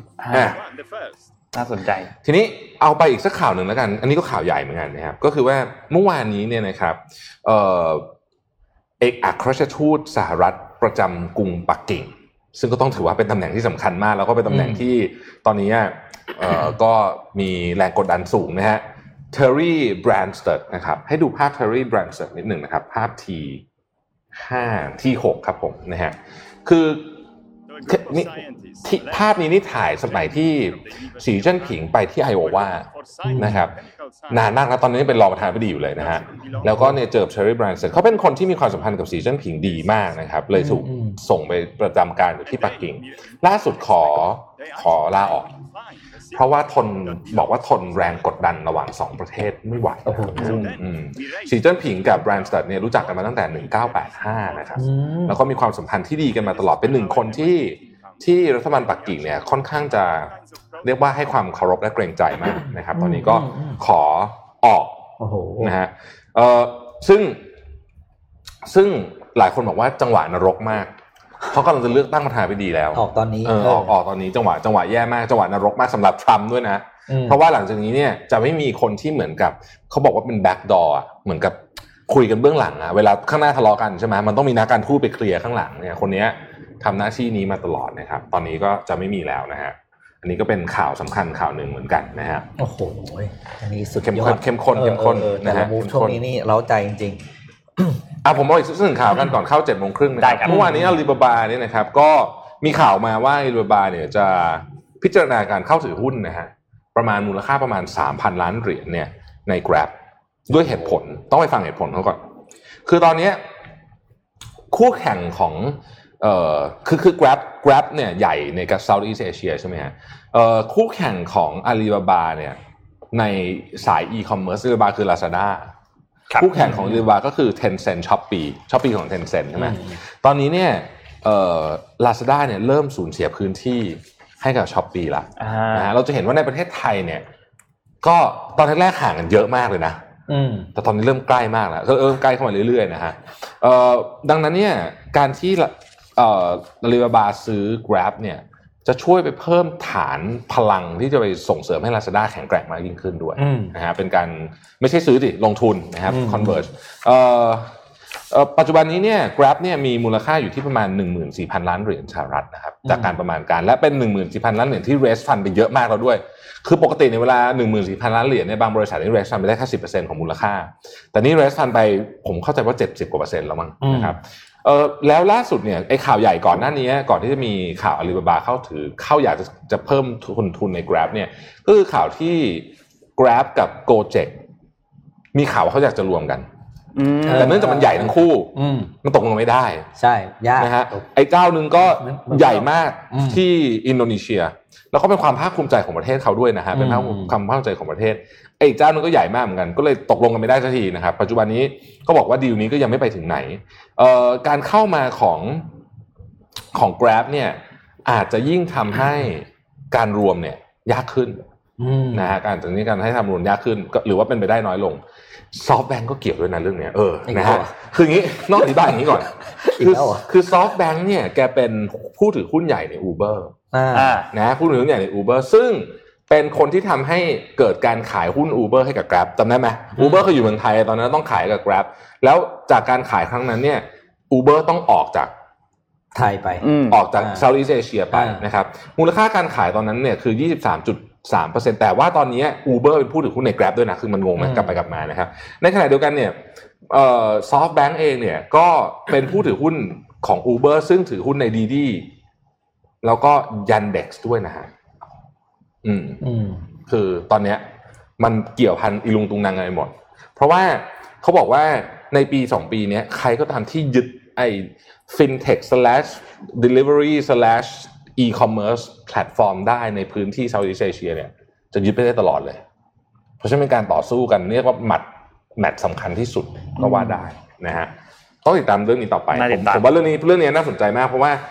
น่าสนใจทีนี้เอาไปอีกสักข่าวหนึ่งแล้วกันอันนี้ก็ข่าวใหญ่เหมือนกันนะครับก็คือว่าเมื่อวานนี้เนี่ยนะครับเอ่อเอกอัครราชทูตสหรัฐประจำกรุงปักกิ่งซึ่งก็ต้องถือว่าเป็นตำแหน่งที่สำคัญมากแล้วก็เป็นตำแหน่งที่ตอนนี้เอ่อก็มีแรงกดดันสูงนะฮะ Terry Branstad นะครับให้ดูภาพ Terry Branstad นิดหนึ่งนะครับภาพ ที ห้า ที หกครับผมนะฮะคือนี่ภาพนี้นี่ถ่ายสมัยที่สีจิ้นผิงไปที่ไอโอวานะครับนานมากแล้วตอนนี้เป็นรองประธานาธิบดีอยู่เลยนะฮะแล้วก็เนี่ยเจอเชอร์รี่แบรนด์เขาเป็นคนที่มีความสัมพันธ์กับสีจิ้นผิงดีมากนะครับเลยถูกส่งไปประจำการอยู่ที่ปักกิ่งล่าสุดขอขอลาออกเพราะว่าทนบอกว่าทนแรงกดดันระหว่างสองประเทศไม่ไหวสีจิ้นผิงกับแบรนด์สตัดเนี่ยรู้จักกันมาตั้งแต่หนึ่งพันเก้าร้อยแปดสิบห้านะครับแล้วก็มีความสัมพันธ์ที่ดีกันมาตลอดเป็นหนึ่งคนที่ที่รัฐบาลปักกิ่งเนี่ยค่อนข้างจะเรียกว่าให้ความเคารพและเกรงใจมากนะครับตอนนี้ก็ขอออกนะฮะเอ่อซึ่งซึ่งหลายคนบอกว่าจังหวะนรกมากเขากำลังจะเลือกตั้งประธานาธิบดีแล้วออกตอนนี้เออออกออกตอนนี้จังหวะจังหวะแย่มากจังหวะนรกมากสำหรับทรัมป์ด้วยนะเพราะว่าหลังจากนี้เนี่ยจะไม่มีคนที่เหมือนกับเขาบอกว่าเป็นแบ็คดอร์เหมือนกับคุยกันเบื้องหลังอะเวลาข้างหน้าทะเลาะกันใช่ไหมมันต้องมีนักการทูตไปเคลียร์ข้างหลังเนี่ยคนนี้ทำหน้าที่นี้มาตลอดนะครับตอนนี้ก็จะไม่มีแล้วนะฮะอันนี้ก็เป็นข่าวสำคัญข่าวหนึ่งเหมือนกันนะฮะโอ้โหอันนี้สุดยอดเข้มข้นเข้มข้นนะฮะช่วงนี้นี่เร้าใจจริงๆอ่ะผมเอาอีกสักหนึ่งข่าวกันก่อนเข้าเจ็ดโมงครึ่งนะครับเมื่อวานนี้อาลีบาบาเนี่ยนะครับก็มีข่าวมาว่าอาลีบาบาเนี่ยจะพิจารณาการเข้าถือหุ้นนะฮะประมาณมูลค่าประมาณ สามพัน ล้านเหรียญเนี่ยใน Grab ด้วยเหตุผลต้องไปฟังเหตุผลเขาก่อนคือตอนนี้คู่แข่งของเอ่อคือคือ Grab Grab เนี่ยใหญ่ในกับ Southeast Asia ใช่ไหมฮะเอ่อคู่แข่งของ Alibaba เนี่ยในสาย e-commerce Alibaba คือ Lazada คู่แข่งของ Alibaba ก็คือ Tencent Shopee Shopee ของ Tencent ใช่ไหมตอนนี้เนี่ยเอ่อ Lazada เนี่ยเริ่มสูญเสียพื้นที่ให้กับ Shopee ละนะฮะเราจะเห็นว่าในประเทศไทยเนี่ยก็ตอนแรกๆห่างกันเยอะมากเลยนะแต่ตอนนี้เริ่มใกล้มากแล้วเริ่มใกล้เข้ามาเรื่อยๆนะฮะเอ่อดังนั้นเนี่ยการที่เอ่อ Alibaba ซื้อ Grab เนี่ยจะช่วยไปเพิ่มฐานพลังที่จะไปส่งเสริมให้ Lazada แข็งแกร่งมากยิ่งขึ้นด้วยนะฮะเป็นการไม่ใช่ซื้อดิลงทุนนะครับ Converge เอ่อเอ่อปัจจุบันนี้เนี่ย Grab เนี่ยมีมูลค่าอยู่ที่ประมาณ หนึ่งหมื่นสี่พัน ล้านเหรียญสหรัฐนะครับจากการประมาณการและเป็น หนึ่งหมื่นสี่พัน ล้านเหรียญที่ raise fund ไปเยอะมากแล้วด้วยคือปกติในเวลา หนึ่งหมื่นสี่พัน ล้านเหรียญเนี่ยบางบริษัทนี่ raise fund ไปได้แค่ สิบเปอร์เซ็นต์ ของมูลค่าแต่นี่ raise fund ไปผมเข้าใจว่า เจ็ดสิบ กว่าเปอร์เซ็นต์แล้วมั้งนะครับเออแล้วล่าสุดเนี่ยไอ้ข่าวใหญ่ก่อนหน้านี้ก่อนที่จะมีข่าว Alibaba เข้าถือเข้าอยากจะจะเพิ่มทุนทุนใน Grab เนี่ยก็คือข่าวที่ Grab กับ Gojek มีข่าวว่าเขาอยากจะรวมกันแต่เนื่องจากมันใหญ่ทั้งคู่มันตกลงไม่ได้ใช่ยากนะฮะไอ้เจ้านึงก็ใหญ่มากที่อินโดนีเซียแล้วก็เป็นความภาคภูมิใจของประเทศเขาด้วยนะฮะเป็นความภาคภูมิใจของประเทศไอ้เจ้านึงก็ใหญ่มากเหมือนกันก็เลยตกลงกันไม่ได้สักทีนะครับปัจจุบันนี้ก็บอกว่าดีลนี้ก็ยังไม่ไปถึงไหนเอ่อการเข้ามาของของ Grab เนี่ยอาจจะยิ่งทำให้การรวมเนี่ยยากขึ้นนะฮะการตรงนี้การให้ทำรวมยากขึ้นหรือว่าเป็นไปได้น้อยลงซอฟต์แบงก์ก็เกี่ยวด้วยนะเรื่องนี้เออนะฮะคืออย่างนี้นอกอธิบายอย่างนี้ก่อนคือคือซอฟต์แบงก์เนี่ยแกเป็นผู้ถือหุ้นใหญ่ใน Uber อ่านะผู้ถือหุ้นใหญ่ใน Uber ซึ่งเป็นคนที่ทำให้เกิดการขายหุ้น Uber ให้กับ Grab จำได้ไหม Uber เคยอยู่เมืองไทยตอนนั้นต้องขายกับ Grab แล้วจากการขายครั้งนั้นเนี่ย Uber ต้องออกจากไทยไปออกจาก Southeast Asia ไปนะครับมูลค่าการขายตอนนั้นเนี่ยคือ ยี่สิบสามจุดสามเปอร์เซ็นต์ แต่ว่าตอนนี้ Uber เป็นผู้ถือหุ้นใน Grab ด้วยนะคือมันงงไหมกลับไปกลับมานะครับในขณะเดียวกันเนี่ยเอ่อ SoftBank เองเนี่ยก็เป็นผู้ถือหุ้นของ Uber ซึ่งถือหุ้นใน Didi แล้วก็ Yandex ด้วยนะฮะอืมอืมคือตอนเนี้ยมันเกี่ยวพันอีลุงตุงนางกันไปหมดเพราะว่าเขาบอกว่าในปีสองปีนี้ใครก็ตามที่ยึดไอ้ fintech slash delivery slash e-commerce platform ได้ในพื้นที่ Southeast Asia เนี่ยจะยึดไปได้ตลอดเลยเพราะฉะนั้นเป็นการต่อสู้กันเรียกว่าหมัดแมตช์สำคัญที่สุดก็ว่าได้นะฮะต้องติดตามเรื่องนี้ต่อไปผมผมว่าเรื่องนี้เรื่องนี้น่าสนใจมากเพราะว่า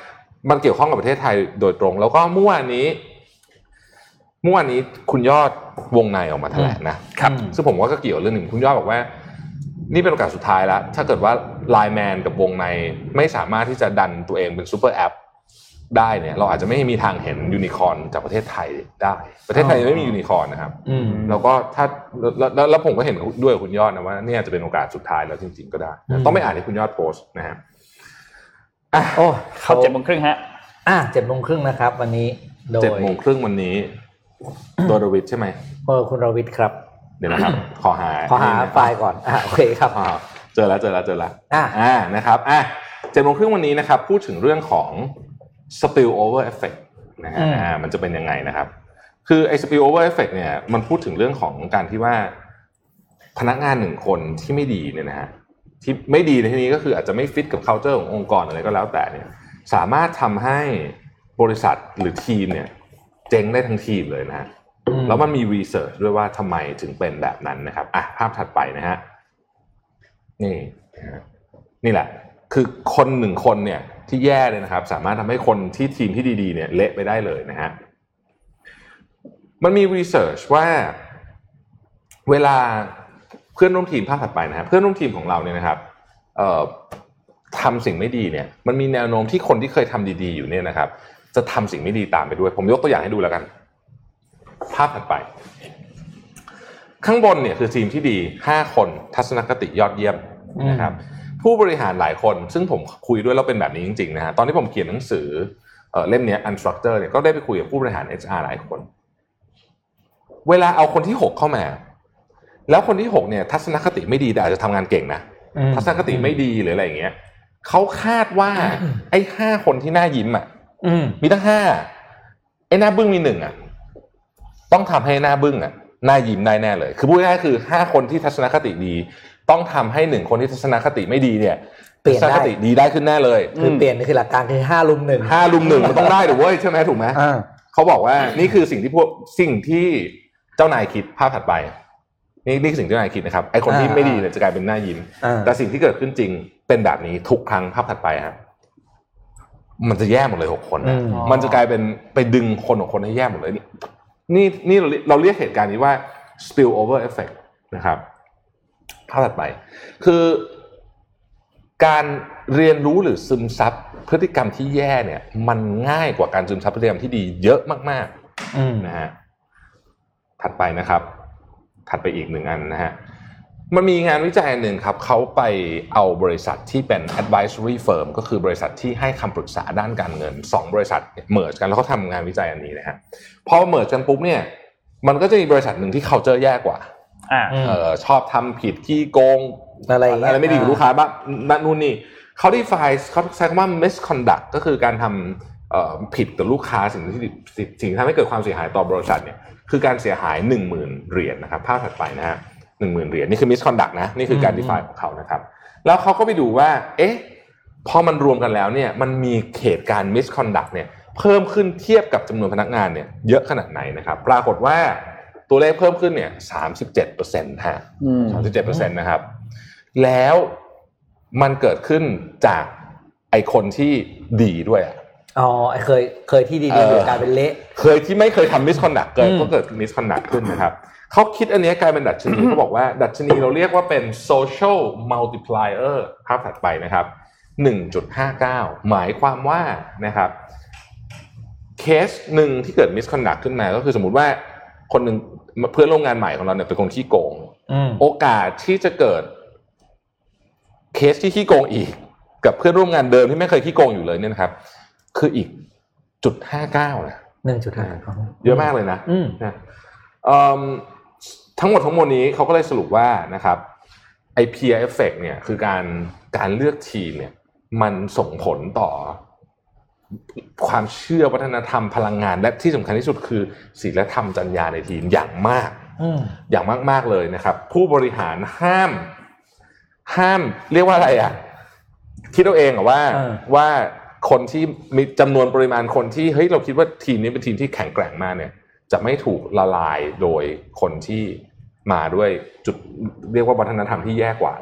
มันเกี่ยวข้องกับประเทศไทยโดยตรงแล้วก็เมื่อวานนี้เมื่อวานนี้คุณยอดวงในออกมาแถลงนะครับซึ่งผมว่าก็เกี่ยวเรื่องหนึ่งคุณยอดบอกว่านี่เป็นโอกาสสุดท้ายแล้วถ้าเกิดว่า ไลน์ แมน กับวงในไม่สามารถที่จะดันตัวเองเป็นซูเปอร์แอปได้เนี่ยเราอาจจะไม่มีทางเห็นยูนิคอร์นจากประเทศไทยได้ประเทศไทยไม่มียูนิคอร์นนะครับแล้วก็ถ้าแล้วแล้วผมก็เห็นด้วยคุณยอดนะว่านี่อาจจะเป็นโอกาสสุดท้ายแล้วจริงๆก็ได้ต้องไม่อ่านที่คุณยอดโพสต์นะฮะอ่ะโอ้เขาเจ็ดโมงครึ่งฮะอ่ะเจ็ดโมงครึ่งนะครับวันนี้โดยเจ็ดโมงครึ่งวันนี้โดยรวิทย์ใช่ไหมเออคุณรวิทย์ครับเดี๋ยวนะครับขอหาขอหาไฟล์ก่อนอ่ะโอเคครับเจอแล้วเจอแล้วเจอแล้วอ่ะอ่านะครับอ่ะเจ็ดโมงครึ่งวันนี้นะครับพูดถึงเรื่องของ spill over effect นะฮะอ่ามันจะเป็นยังไงนะครับคือไอ้ spill over effect เนี่ยมันพูดถึงเรื่องของการที่ว่าพนักงานหนึ่งคนที่ไม่ดีเนี่ยนะฮะที่ไม่ดีในที่นี้ก็คืออาจจะไม่ฟิตกับ culture ขององค์กรอะไรก็แล้วแต่เนี่ยสามารถทำให้บริษัทหรือทีมเนี่ยเจ๊งได้ทั้งทีมเลยนะฮะแล้วมันมีรีเสิร์ชด้วยว่าทำไมถึงเป็นแบบนั้นนะครับอ่ะภาพถัดไปนะฮะนี่นี่แหละคือคนหนึ่งคนเนี่ยที่แย่เลยนะครับสามารถทำให้คนที่ทีมที่ดีๆเนี่ยเละไปได้เลยนะฮะมันมีรีเสิร์ชว่าเวลาเพื่อนร่วมทีมภาพถัดไปนะฮะเพื่อนร่วมทีมของเราเนี่ยนะครับเอ่อทำสิ่งไม่ดีเนี่ยมันมีแนวโน้มที่คนที่เคยทำดีๆอยู่เนี่ยนะครับจะทำสิ่งไม่ดีตามไปด้วยผมยกตัวอย่างให้ดูแล้วกันภาพถัดไปข้างบนเนี่ยคือทีมที่ดีห้าคนทัศนคติยอดเยี่ยมนะครับผู้บริหารหลายคนซึ่งผมคุยด้วยแล้วเป็นแบบนี้จริงๆนะฮะตอนที่ผมเขียนหนังสือเอ่อเล่มนี้ Unstructured เนี่ยก็ได้ไปคุยกับผู้บริหาร เอช อาร์ หลายคนเวลาเอาคนที่หกเข้ามาแล้วคนที่หกเนี่ยทัศนคติไม่ดีแต่อาจจะทำงานเก่งนะทัศนคติไม่ดีหรืออะไรอย่างเงี้ยเขาคาดว่าไอ้ห้าคนที่หน้ายิ้มอ่ะมีตั้งห้าไอ้หน้าบึ้งมีหนึ่งอ่ะต้องทำให้หน้าบึ้งอ่ะหน้ายิ้มได้แน่เลยคือพูดง่ายๆคือห้าคนที่ทัศนคติดีต้องทำให้หนึ่งคนที่ทัศนคติไม่ดีเนี่ยทัศนคติดีได้ขึ้นแน่เลยคือเปลี่ยนนี่คือหลักการคือห้าลุมหนึ่งห้าลุมหนึ่งมันต้องได้หรือเว้ยใช่ไหมถูกไหมเขาบอกว่านี่คือสิ่งที่พวกสิ่งที่เจ้านายคิดภาพถัดไปนี่นี่คือสิ่งที่เจ้านายคิดนะครับไอ้คนที่ไม่ดีเนี่ยจะกลายเป็นหน้ายิ้มแต่สิ่งที่เกิดขึ้นจริงเป็นแบบนี้ทุกครั้งภาพถัดไปครับมันจะแย่หมดเลยหกคนนะมันจะกลายเป็นไปดึงคนของคนให้แย่หมดเลยนี่นี่นี่เราเราเรียกเหตุการณ์นี้ว่า spill over effect นะครับภาพถัดไปคือการเรียนรู้หรือซึมซับพฤติกรรมที่แย่เนี่ยมันง่ายกว่าการซึมซับพฤติกรรมที่ดีเยอะมากๆนะฮะถัดไปนะครับถัดไปอีกหนึ่งอันนะฮะมันมีงานวิจัยอันหนึ่งครับเขาไปเอาบริษัทที่เป็น advisory firm ก็คือบริษัทที่ให้คำปรึกษาด้านการเงินสองบริษัทเมิร์จกันแล้วเขาทำงานวิจัยอันนี้นะฮะพอเมิร์จกันปุ๊บเนี่ยมันก็จะมีบริษัทหนึ่งที่ culture แย่กว่าเอ่อชอบทำผิดขี้โกงอะไรอะไรไม่ดีกับลูกค้าบ้างนั่นนู่นนี่เขา define เขาใช้คำว่า misconduct ก็คือการทำเอ่อผิดกับลูกค้าสิ่งที่สิ่งที่ทำให้เกิดความเสียหายต่อบริษัทเนี่ยคือการเสียหาย หนึ่งหมื่น เหรียญนะครับภาพถัดไปนะฮะ หนึ่งหมื่น เหรียญนี่คือ misconduct นะนี่คือการ define ของเขานะครับแล้วเขาก็ไปดูว่าเอ๊ะพอมันรวมกันแล้วเนี่ยมันมีเหตุการณ์ misconduct เนี่ยเพิ่มขึ้นเทียบกับจำนวนพนักงานเนี่ยเยอะขนาดไหนนะครับปรากฏว่าตัวเลขเพิ่มขึ้นเนี่ย สามสิบเจ็ดเปอร์เซ็นต์ ฮะ สามสิบเจ็ดเปอร์เซ็นต์ นะครับแล้วมันเกิดขึ้นจากไอ้คนที่ดีด้วยอ่ะอ๋อเคยเคยที่ดีๆกลายเป็นเละเคยที่ไม่เคยทำ misconduct เกิดก็เกิด misconduct ขึ้นนะครับเขาคิดอันนี้กลายเป็นดัชนีเขาบอกว่าดัชนีเราเรียกว่าเป็น social multiplier ภาพถัดไปนะครับ หนึ่งจุดห้าเก้า หมายความว่านะครับเคสหนึ่งที่เกิด misconduct ขึ้นมาก็คือสมมุติว่าคนหนึ่งเพื่อนร่วมงานใหม่ของเราเนี่ยเป็นคนขี้โกงโอกาสที่จะเกิดเคสที่ขี้โกงอีกกับเพื่อนร่วมงานเดิมที่ไม่เคยขี้โกงอยู่เลยเนี่ยนะครับคืออีก จุดห้าเก้า นะหนึ่งจุดห้าเยอะมากเลยนะนะทั้งหมดทั้งมวลนี้เขาก็เลยสรุปว่านะครับไอ้ peer effect เนี่ยคือการการเลือกทีมเนี่ยมันส่งผลต่อความเชื่อวัฒนธรรมพลังงานและที่สำคัญที่สุดคือศีลธรรมจรรยาในทีมอย่างมากอย่างมากๆเลยนะครับผู้บริหารห้ามห้ามเรียกว่าอะไรอ่ะคิดเอาเองอ่ะว่าว่าคนที่มีจำนวนปริมาณคนที่เฮ้ยเราคิดว่าทีมนี้เป็นทีมที่แข็งแกร่งมากเนี่ยจะไม่ถูกละลายโดยคนที่มาด้วยจุดเรียกว่าวัฒนธรรมที่แย่กว่าละกัน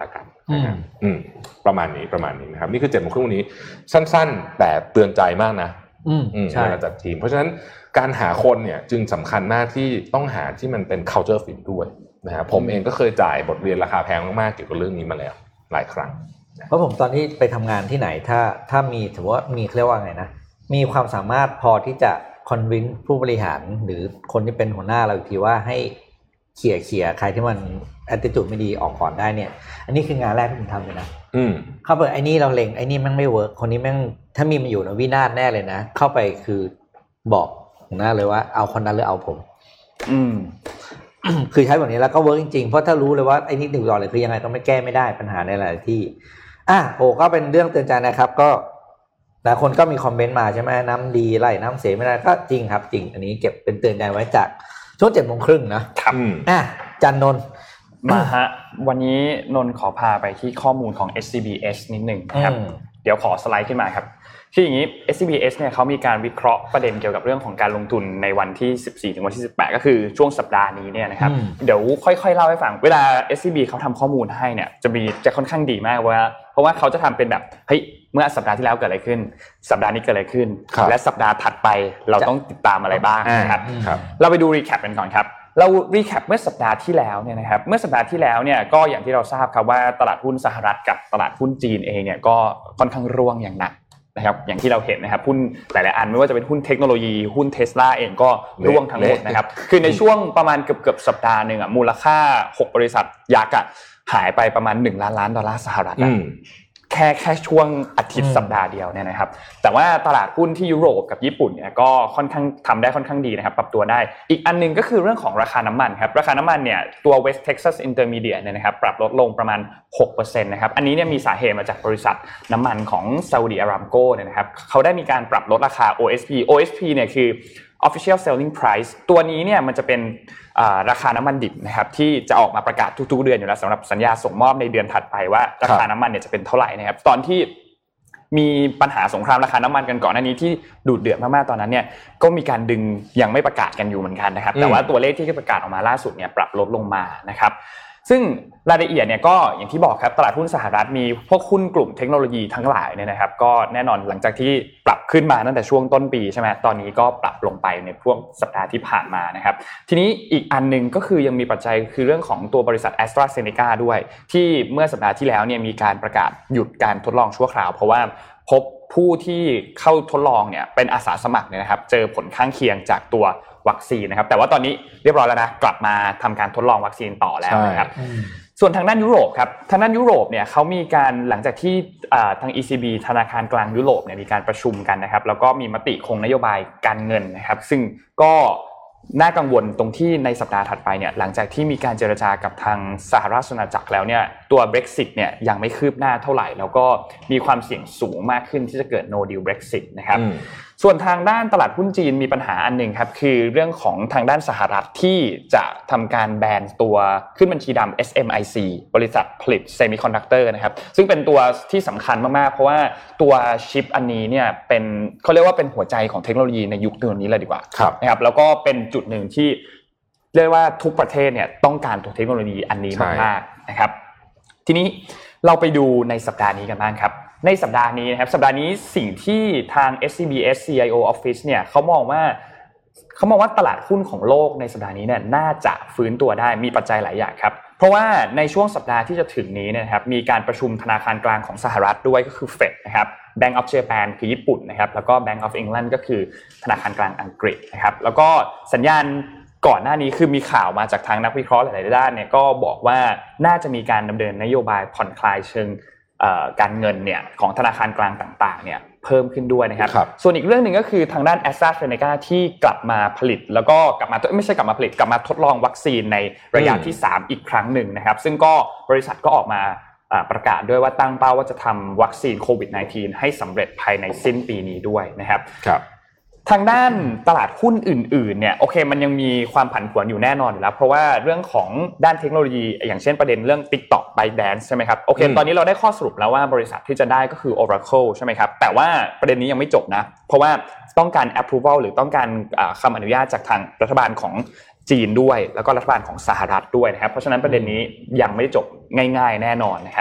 อืมอืมประมาณนี้ประมาณนี้นะครับนี่คือเจ็ดโมงครึ่งวันนี้สั้นๆแต่เตือนใจมากนะอืมใช่เวลาจัดทีมเพราะฉะนั้นการหาคนเนี่ยจึงสำคัญมากที่ต้องหาที่มันเป็น culture fit ด้วยนะครับผมเองก็เคยจ่ายบทเรียนราคาแพงมากๆเกี่ยวกับเรื่องนี้มาแล้วหลายครั้งเพราะผมตอนที่ไปทำงานที่ไหนถ้าถ้ามีถือว่ามีเรียกว่าไงนะมีความสามารถพอที่จะคอนวินซ์ผู้บริหารหรือคนที่เป็นหัวหน้าเราอีกทีว่าให้เขี่ยเขี่ยใครที่มัน attitude ไม่ดีออกก่อนได้เนี่ยอันนี้คืองานแรกที่ผมทำเลยนะอืมเข้าไปไอ้นี่เราเล็งไอ้นี่แม่งไม่เวิร์กคนนี้แม่งถ้ามีมาอยู่นะวินาศแน่เลยนะเข้าไปคือบอกหัวหน้าเลยว่าเอาคนนั้นหรือเอาผมอืมคือใช้แบบนี้แล้วก็เวิร์กจริงๆเพราะถ้ารู้เลยว่าไอ้นี่หนึ่งต่อเลยคือยังไงก็ไม่แก้ไม่ได้ปัญหาในหลายที่อ่ะโอ้ก็เป็นเรื่องเตือนใจนะครับก็หลายคนก็มีคอมเมนต์มาใช่ไหมน้ำดีไล่น้ำเสียไม่ได้ก็จริงครับจริงอันนี้เก็บเป็นเตือนใจไว้จากช่วงเจ็ดโมงครึ่งนะครับอ่ะจันนนท์มาฮะวันนี้นนท์ขอพาไปที่ข้อมูลของ เอส ซี บี เอส นิดหนึ่งนะครับเดี๋ยวขอสไลด์ขึ้นมาครับคืออย่างนี้ เอส ซี บี เอส เนี่ยเขามีการวิเคราะห์ประเด็นเกี่ยวกับเรื่องของการลงทุนในวันที่สิบสี่ถึงวันที่สิบแปดก็คือช่วงสัปดาห์นี้เนี่ยนะครับเดี๋ยวค่อยๆเล่าให้ฟังเวลา เอส ซี บี เขาทำข้อมูลให้เนี่ยจะมีจะค่อนข้างดีมากว่าเพราะว่าเขาจะทำเป็นแบบเฮ้ยเมื่อสัปดาห์ที่แล้วเกิดอะไรขึ้นสัปดาห์นี้เกิดอะไรขึ้นและสัปดาห์ถัดไปเราต้องติดตามอะไรบ้างนะครับเราไปดูรีแคปกันก่อนครับเรารีแคปเมื่อสัปดาห์ที่แล้วเนี่ยนะครับเมื่อสัปดาห์ที่แล้วเนี่ยก็อย่างที่เราทราบครับว่าตลาดหุ้นสหรัฐกับตลาดหุ้นจีนเองเนี่ยก็ค่อนข้างร่วงอย่างหนักนะครับอย่างที่เราเห็นนะครับหุ้นหลายๆอันไม่ว่าจะเป็นหุ้นเทคโนโลยีหุ้น Tesla เองก็ร่วงทั้งหมดนะครับคือในช่วงประมาณเกือบๆสัปดาห์นึงอ่ะมูลค่าหกบริษัทยักษ์อ่ะหายไปประมาณหนึ่งล้านล้านดอลลาร์สหรัฐอ่ะแค่แค่ช่วงอาทิตย์สัปดาห์เดียวเนี่ยนะครับแต่ว่าตลาดหุ้นที่ยุโรปกับญี่ปุ่นเนี่ยก็ค่อนข้างทำได้ค่อนข้างดีนะครับปรับตัวได้อีกอันนึงก็คือเรื่องของราคาน้ำมันครับราคาน้ำมันเนี่ยตัว West Texas Intermediate เนี่ยนะครับปรับลดลงประมาณ หกเปอร์เซ็นต์ นะครับอันนี้เนี่ยมีสาเหตุมาจากบริษัทน้ำมันของ Saudi Aramco เนี่ยนะครับเขาได้มีการปรับลดราคา โอ เอส พี โอ เอส พี เนี่ยคือ Official Selling Price ตัวนี้เนี่ยมันจะเป็นราคาน้ำมันดิบนะครับที่จะออกมาประกาศทุกๆเดือนอยู่แล้วสำหรับสัญญาส่งมอบในเดือนถัดไปว่าราคาน้ำมันเนี่ยจะเป็นเท่าไหร่นะครับตอนที่มีปัญหาสงครามราคาน้ำมันกันก่อนหน้านี้ที่ดูดเดือดมากๆตอนนั้นเนี่ยก็มีการดึงยังไม่ประกาศกันอยู่เหมือนกันนะครับแต่ว่าตัวเลขที่ประกาศออกมาล่าสุดเนี่ยปรับลดลงมานะครับซึ่งรายละเอียดเนี่ยก็อย่างที่บอกครับตลาดหุ้นสหรัฐมีพวกหุ้นกลุ่มเทคโนโลยีทั้งหลายเนี่ยนะครับก็แน่นอนหลังจากที่ปรับขึ้นมาตั้งแต่ช่วงต้นปีใช่ไหมตอนนี้ก็ปรับลงไปในช่วงสัปดาห์ที่ผ่านมานะครับทีนี้อีกอันนึงก็คือยังมีปัจจัยคือเรื่องของตัวบริษัท AstraZeneca ด้วยที่เมื่อสัปดาห์ที่แล้วเนี่ยมีการประกาศหยุดการทดลองชั่วคราวเพราะว่าพบผู้ที่เข้าทดลองเนี่ยเป็นอาสาสมัครเนี่ยนะครับเจอผลข้างเคียงจากตัววัคซีนนะครับแต่ว่าตอนนี้เรียบร้อยแล้วนะกลับมาทำการทดลองวัคซีนต่อแล้วนะครับส่วนทางด้านยุโรปครับทางด้านยุโรปเนี่ยเขามีการหลังจากที่ทาง อี ซี บี ธนาคารกลางยุโรปเนี่ยมีการประชุมกันนะครับแล้วก็มีมติคงนโยบายการเงินนะครับซึ่งก็น่ากังวลตรงที่ในสัปดาห์ถัดไปเนี่ยหลังจากที่มีการเจรจากับทางสหราชอาณาจักรแล้วเนี่ยตัว Brexit เนี่ยยังไม่คืบหน้าเท่าไหร่แล้วก็มีความเสี่ยงสูงมากขึ้นที่จะเกิด No Deal Brexit นะครับส่วนทางด้านตลาดหุ้นจีนมีปัญหาอันหนึ่งครับคือเรื่องของทางด้านสหรัฐที่จะทำการแบนตัวขึ้นบัญชีดำ เอส เอ็ม ไอ ซี บริษัทผลิตเซมิคอนดักเตอร์นะครับซึ่งเป็นตัวที่สำคัญมากๆเพราะว่าตัวชิปอันนี้เนี่ยเป็นเขาเรียกว่าเป็นหัวใจของเทคโนโลยีในยุคนี้เลยดีกว่านะครับแล้วก็เป็นจุดหนึ่งที่เรียกว่าทุกประเทศเนี่ยต้องการตัวเทคโนโลยีอันนี้มากๆนะครับทีนี้เราไปดูในสัปดาห์นี้กันบ้างครับในสัปดาห์นี้นะครับสัปดาห์นี้สิ่งที่ทาง เอส ซี บี เอส ซี ไอ โอ Office เนี่ยเขามองว่าเขามองว่าตลาดหุ้นของโลกในสัปดาห์นี้เนี่ยน่าจะฟื้นตัวได้มีปัจจัยหลายอย่างครับเพราะว่าในช่วงสัปดาห์ที่จะถึงนี้นะครับมีการประชุมธนาคารกลางของสหรัฐด้วยก็คือ Fed นะครับ Bank of Japan คือญี่ปุ่นนะครับแล้วก็ Bank of England ก็คือธนาคารกลางอังกฤษนะครับแล้วก็สัญญาณก่อนหน้านี้คือมีข่าวมาจากทางนักวิเคราะห์หลายๆด้านเนี่ยก็บอกว่าน่าจะมีการดำเนินนโยบายผ่อนคลายเชิงการเงินเนี่ยของธนาคารกลางต่างๆเนี่ยเพิ่มขึ้นด้วยนะครับส่วนอีกเรื่องนึงก็คือทางด้าน AstraZeneca ที่กลับมาผลิตแล้วก็กลับมาไม่ใช่กลับมาผลิตกลับมาทดลองวัคซีนในระยะที่สามอีกครั้งนึงนะครับซึ่งก็บริษัทก็ออกมาประกาศด้วยว่าตั้งเป้าว่าจะทำวัคซีนโควิด สิบเก้า ให้สำเร็จภายในสิ้นปีนี้ด้วยนะครับทางด้านตลาดหุ้นอื่นๆเนี่ยโอเคมันยังมีความผันผวนอยู่แน่นอนอยู่แล้วเพราะว่าเรื่องของด้านเทคโนโลยีอย่างเช่นประเด็นเรื่อง TikTok ByteDance ใช่ไหมครับโอเคตอนนี้เราได้ข้อสรุปแล้วว่าบริษัทที่จะได้ก็คือ Oracle ใช่ไหมครับแต่ว่าประเด็นนี้ยังไม่จบนะเพราะว่าต้องการ approval หรือต้องการคำอนุญาตจากทางรัฐบาลของจีนด้วยแล้วก็รัฐบาลของสหรัฐด้วยนะครับเพราะฉะนั้นประเด็นนี้ยังไม่จบง่ายๆแน่นอนนะครับ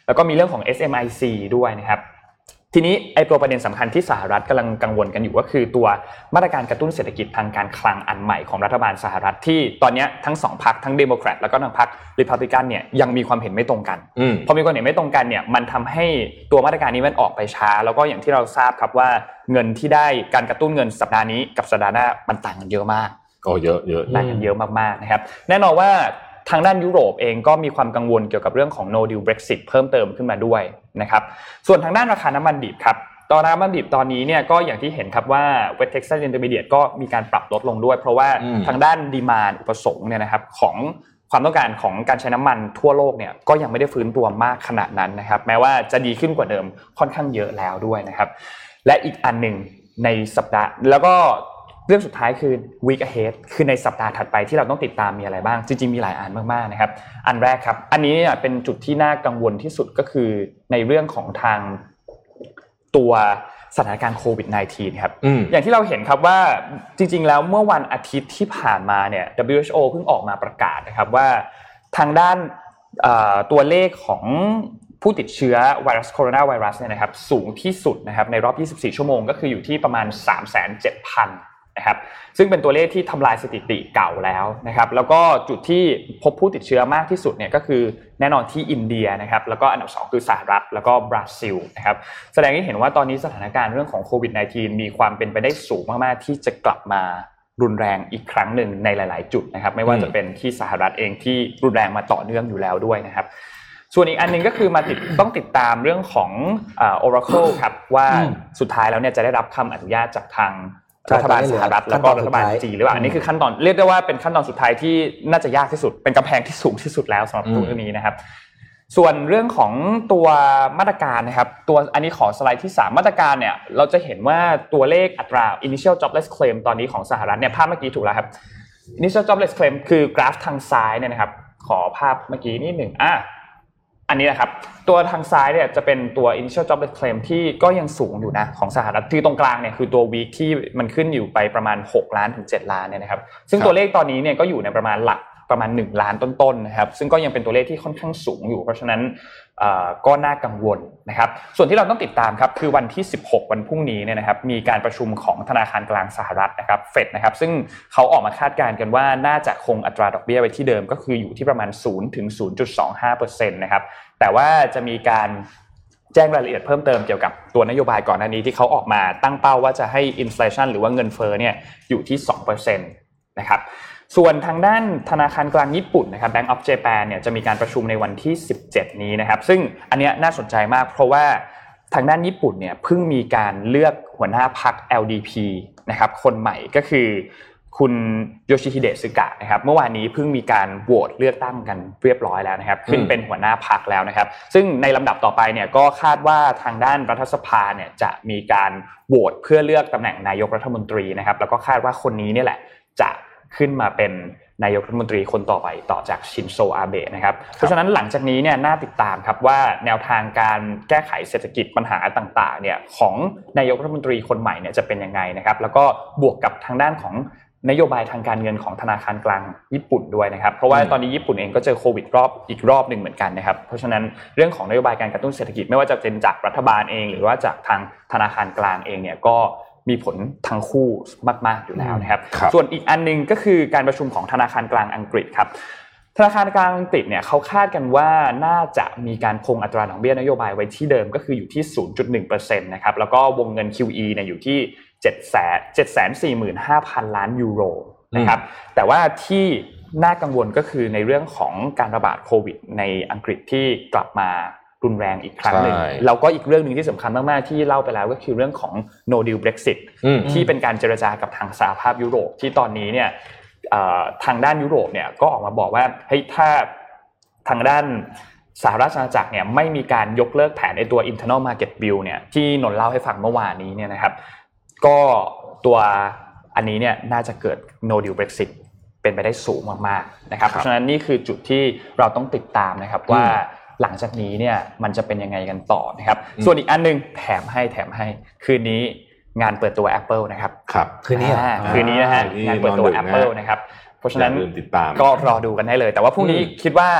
แล้วก็มีเรื่องของ เอส เอ็ม ไอ ซี ด้วยนะครับทีนี้ไอ้ตัวประเด็นสำคัญที่สหรัฐกำลังกังวลกันอยู่ก็คือตัวมาตรการกระตุ้นเศรษฐกิจทางการคลังอันใหม่ของรัฐบาลสหรัฐที่ตอนนี้ทั้งสองพรรคทั้งเดโมแครตแล้วก็ทางพรรครีพับลิกันเนี่ยยังมีความเห็นไม่ตรงกันพอมีความเห็นไม่ตรงกันเนี่ยมันทำให้ตัวมาตรการนี้มันออกไปช้าแล้วก็อย่างที่เราทราบครับว่าเงินที่ได้การกระตุ้นเงินสัปดาห์นี้กับสัปดาห์หน้ามันต่างกันเยอะมากโอ้เยอะเยอะต่างกันเยอะมากๆนะครับแน่นอนว่าทางด้านยุโรปเองก็มีความกังวลเกี่ยวกับเรื่องของ no deal Brexit เพิ่มเติมขึ้นมาด้วยนะครับส่วนทางด้านราคาน้ำมันดิบครับตอนน้ำมันดิบตอนนี้เนี่ยก็อย่างที่เห็นครับว่า West Texas Intermediate ก็มีการปรับลดลงด้วยเพราะว่าทางด้านดีมานด์อุปสงค์เนี่ยนะครับของความต้องการของการใช้น้ำมันทั่วโลกเนี่ยก็ยังไม่ได้ฟื้นตัวมากขนาดนั้นนะครับแม้ว่าจะดีขึ้นกว่าเดิมค่อนข้างเยอะแล้วด้วยนะครับและอีกอันนึงในสัปดาห์แล้วก็เรื่องสุดท้ายคือ week ahead คือในสัปดาห์ถัดไปที่เราต้องติดตามมีอะไรบ้างจริงๆมีหลายอันมากๆนะครับอันแรกครับอันนี้เนี่ยเป็นจุดที่น่ากังวลที่สุดก็คือในเรื่องของทางตัวสถานการณ์โควิด สิบเก้า ครับ อ, อย่างที่เราเห็นครับว่าจริงๆแล้วเมื่อวันอาทิตย์ที่ผ่านมาเนี่ย ดับเบิลยู เอช โอ เพิ่งออกมาประกาศนะครับว่าทางด้านตัวเลขของผู้ติดเชื้อไวรัสโคโรนาไวรัสเนี่ยนะครับสูงที่สุดนะครับในรอบยี่สิบสี่ชั่วโมงก็คืออยู่ที่ประมาณ สามแสนเจ็ดพัน นะครับซึ่งเป็นตัวเลขที่ทำลายสถิติเก่าแล้วนะครับแล้วก็จุดที่พบผู้ติดเชื้อมากที่สุดเนี่ยก็คือแน่นอนที่อินเดียนะครับแล้วก็อันดับสองคือสหรัฐแล้วก็บราซิลนะครับแสดงให้เห็นว่าตอนนี้สถานการณ์เรื่องของโควิด สิบเก้า มีความเป็นไปได้สูงมากๆที่จะกลับมารุนแรงอีกครั้งหนึ่งในหลายๆจุดนะครับไม่ว่าจะเป็นที่สหรัฐเองที่รุนแรงมาต่อเนื่องอยู่แล้วด้วยนะครับส่วนอีกอันนึงก็คือมาติดต้องติดตามเรื่องของอ่า Oracle ครับว่าสุดท้ายแล้วเนี่ยจะได้รับคำอนุญาตจากทางรัฐบาลสหรัฐแล้วก็รัฐบาลจีนหรือเปล่าอันนี้คือขั้นตอนเรียกได้ว่าเป็นขั้นตอนสุดท้ายที่น่าจะยากที่สุดเป็นกำแพงที่สูงที่สุดแล้วสำหรับตัวนี้นะครับส่วนเรื่องของตัวมาตรการนะครับตัวอันนี้ขอสไลด์ที่สามมาตรการเนี่ยเราจะเห็นว่าตัวเลขอัตรา initial jobless claim ตอนนี้ของสหรัฐเนี่ยภาพเมื่อกี้ถูกแล้วครับ initial jobless claim คือกราฟทางซ้ายเนี่ยนะครับขอภาพเมื่อกี้นิดหนึ่งอ่ะอันนี้นะครับตัวทางซ้ายเนี่ยจะเป็นตัว initial jobless claim ที่ก็ยังสูงอยู่นะของสหรัฐที่ตรงกลางเนี่ยคือตัว week ที่มันขึ้นอยู่ไปประมาณหกล้านถึงเจ็ดล้านเนี่ยนะครับซึ่งตัวเลขตอนนี้เนี่ยก็อยู่ในประมาณหลักประมาณหนึ่งล้านต้นๆนะครับซึ่งก็ยังเป็นตัวเลขที่ค่อนข้างสูงอยู่เพราะฉะนั้นก็น่ากังวลนะครับส่วนที่เราต้องติดตามครับคือวันที่สิบหกวันพรุ่งนี้เนี่ยนะครับมีการประชุมของธนาคารกลางสหรัฐนะครับเฟดนะครับซึ่งเขาออกมาคาดการณ์กันว่าน่าจะคงอัตราดอกเบี้ยไว้ที่เดิมก็คืออยู่ที่ประมาณ ศูนย์ถึงศูนย์จุดสองห้าเปอร์เซ็นต์ นะครับแต่ว่าจะมีการแจ้งรายละเอียดเพิ่มเติมเกี่ยวกับตัวนโยบายก่อนหน้านี้ที่เขาออกมาตั้งเป้าว่าจะให้อินเฟลชันหรือว่าเงินเฟ้อเนี่ยอยู่ที่ สองเปอร์เซ็นต์ นะครับส่วนทางด้านธนาคารกลางญี่ปุ่นนะครับ Bank of Japan เนี่ยจะมีการประชุมในวันที่สิบเจ็ดนี้นะครับซึ่งอันเนี้ยน่าสนใจมากเพราะว่าทางด้านญี่ปุ่นเนี่ยเพิ่งมีการเลือกหัวหน้าพรรค แอล ดี พี นะครับคนใหม่ก็คือคุณโยชิฮิเดะซึกะนะครับเมื่อวานนี้เพิ่งมีการโหวตเลือกตั้งกันเรียบร้อยแล้วนะครับขึ้นเป็นหัวหน้าพรรคแล้วนะครับซึ่งในลำดับต่อไปเนี่ยก็คาดว่าทางด้านรัฐสภาเนี่ยจะมีการโหวตเพื่อเลือกตำแหน่งนายกรัฐมนตรีนะครับแล้วก็คาดว่าคนนี้เนี่ยแหละจะขึ้นมาเป็นนายกรัฐมนตรีคนต่อไปต่อจากชินโซอาเบะนะครับเพราะฉะนั้นหลังจากนี้เนี่ยน่าติดตามครับว่าแนวทางการแก้ไขเศรษฐกิจปัญหาต่างๆเนี่ยของนายกรัฐมนตรีคนใหม่เนี่ยจะเป็นยังไงนะครับแล้วก็บวกกับทางด้านของนโยบายทางการเงินของธนาคารกลางญี่ปุ่นด้วยนะครับเพราะว่าตอนนี้ญี่ปุ่นเองก็เจอโควิดรอบอีกรอบนึงเหมือนกันนะครับเพราะฉะนั้นเรื่องของนโยบายการกระตุ้นเศรษฐกิจไม่ว่าจะเป็นจากรัฐบาลเองหรือว่าจากทางธนาคารกลางเองเนี่ยก็มีผลทั้งคู่มากๆอยู่แล้วนะครับส่วนอีกอันนึงก็คือการประชุมของธนาคารกลางอังกฤษครับธนาคารกลางอังกฤษเนี่ยเขาคาดกันว่าน่าจะมีการคงอัตราดอกเบี้ยนโยบายไว้ที่เดิมก็คืออยู่ที่ ศูนย์จุดหนึ่งเปอร์เซ็นต์ นะครับแล้วก็วงเงิน คิว อี เนี่ยอยู่ที่ เจ็ดแสนสี่หมื่นห้าพัน ล้านยูโรนะครับแต่ว่าที่น่ากังวลก็คือในเรื่องของการระบาดโควิดในอังกฤษที่กลับมารุนแรงอีกครั้งหนึ่งแล้วก็อีกเรื่องนึงที่สำคัญมากๆที่เล่าไปแล้วก็คือเรื่องของ no deal Brexit ที่เป็นการเจรจากับทางสหภาพยุโรปที่ตอนนี้เนี่ยทางด้านยุโรปเนี่ยก็ออกมาบอกว่าเฮ้ยถ้าทางด้านสหราชอาณาจักรเนี่ยไม่มีการยกเลิกแผนไอ้ตัว internal market bill เนี่ยที่นนท์เล่าให้ฟังเมื่อวานนี้เนี่ยนะครับก็ตัวอันนี้เนี่ยน่าจะเกิด no deal Brexit เป็นไปได้สูงมากๆนะครับเพราะฉะนั้นนี่คือจุดที่เราต้องติดตามนะครับว่าหลังจากนี้เนี่ยมันจะเป็นยังไงกันต่อนะครับส่วนอีกอันนึงแถมให้แถมให้คืนนี้งานเปิดตัว Apple นะครับครับคืนนี้อ่าคืนนี้นะฮะงานเปิดตัว Apple นะครับเพราะฉะนั้นก็รอดูกันได้เลยแต่ว่าพรุ่งนี้คิดว่า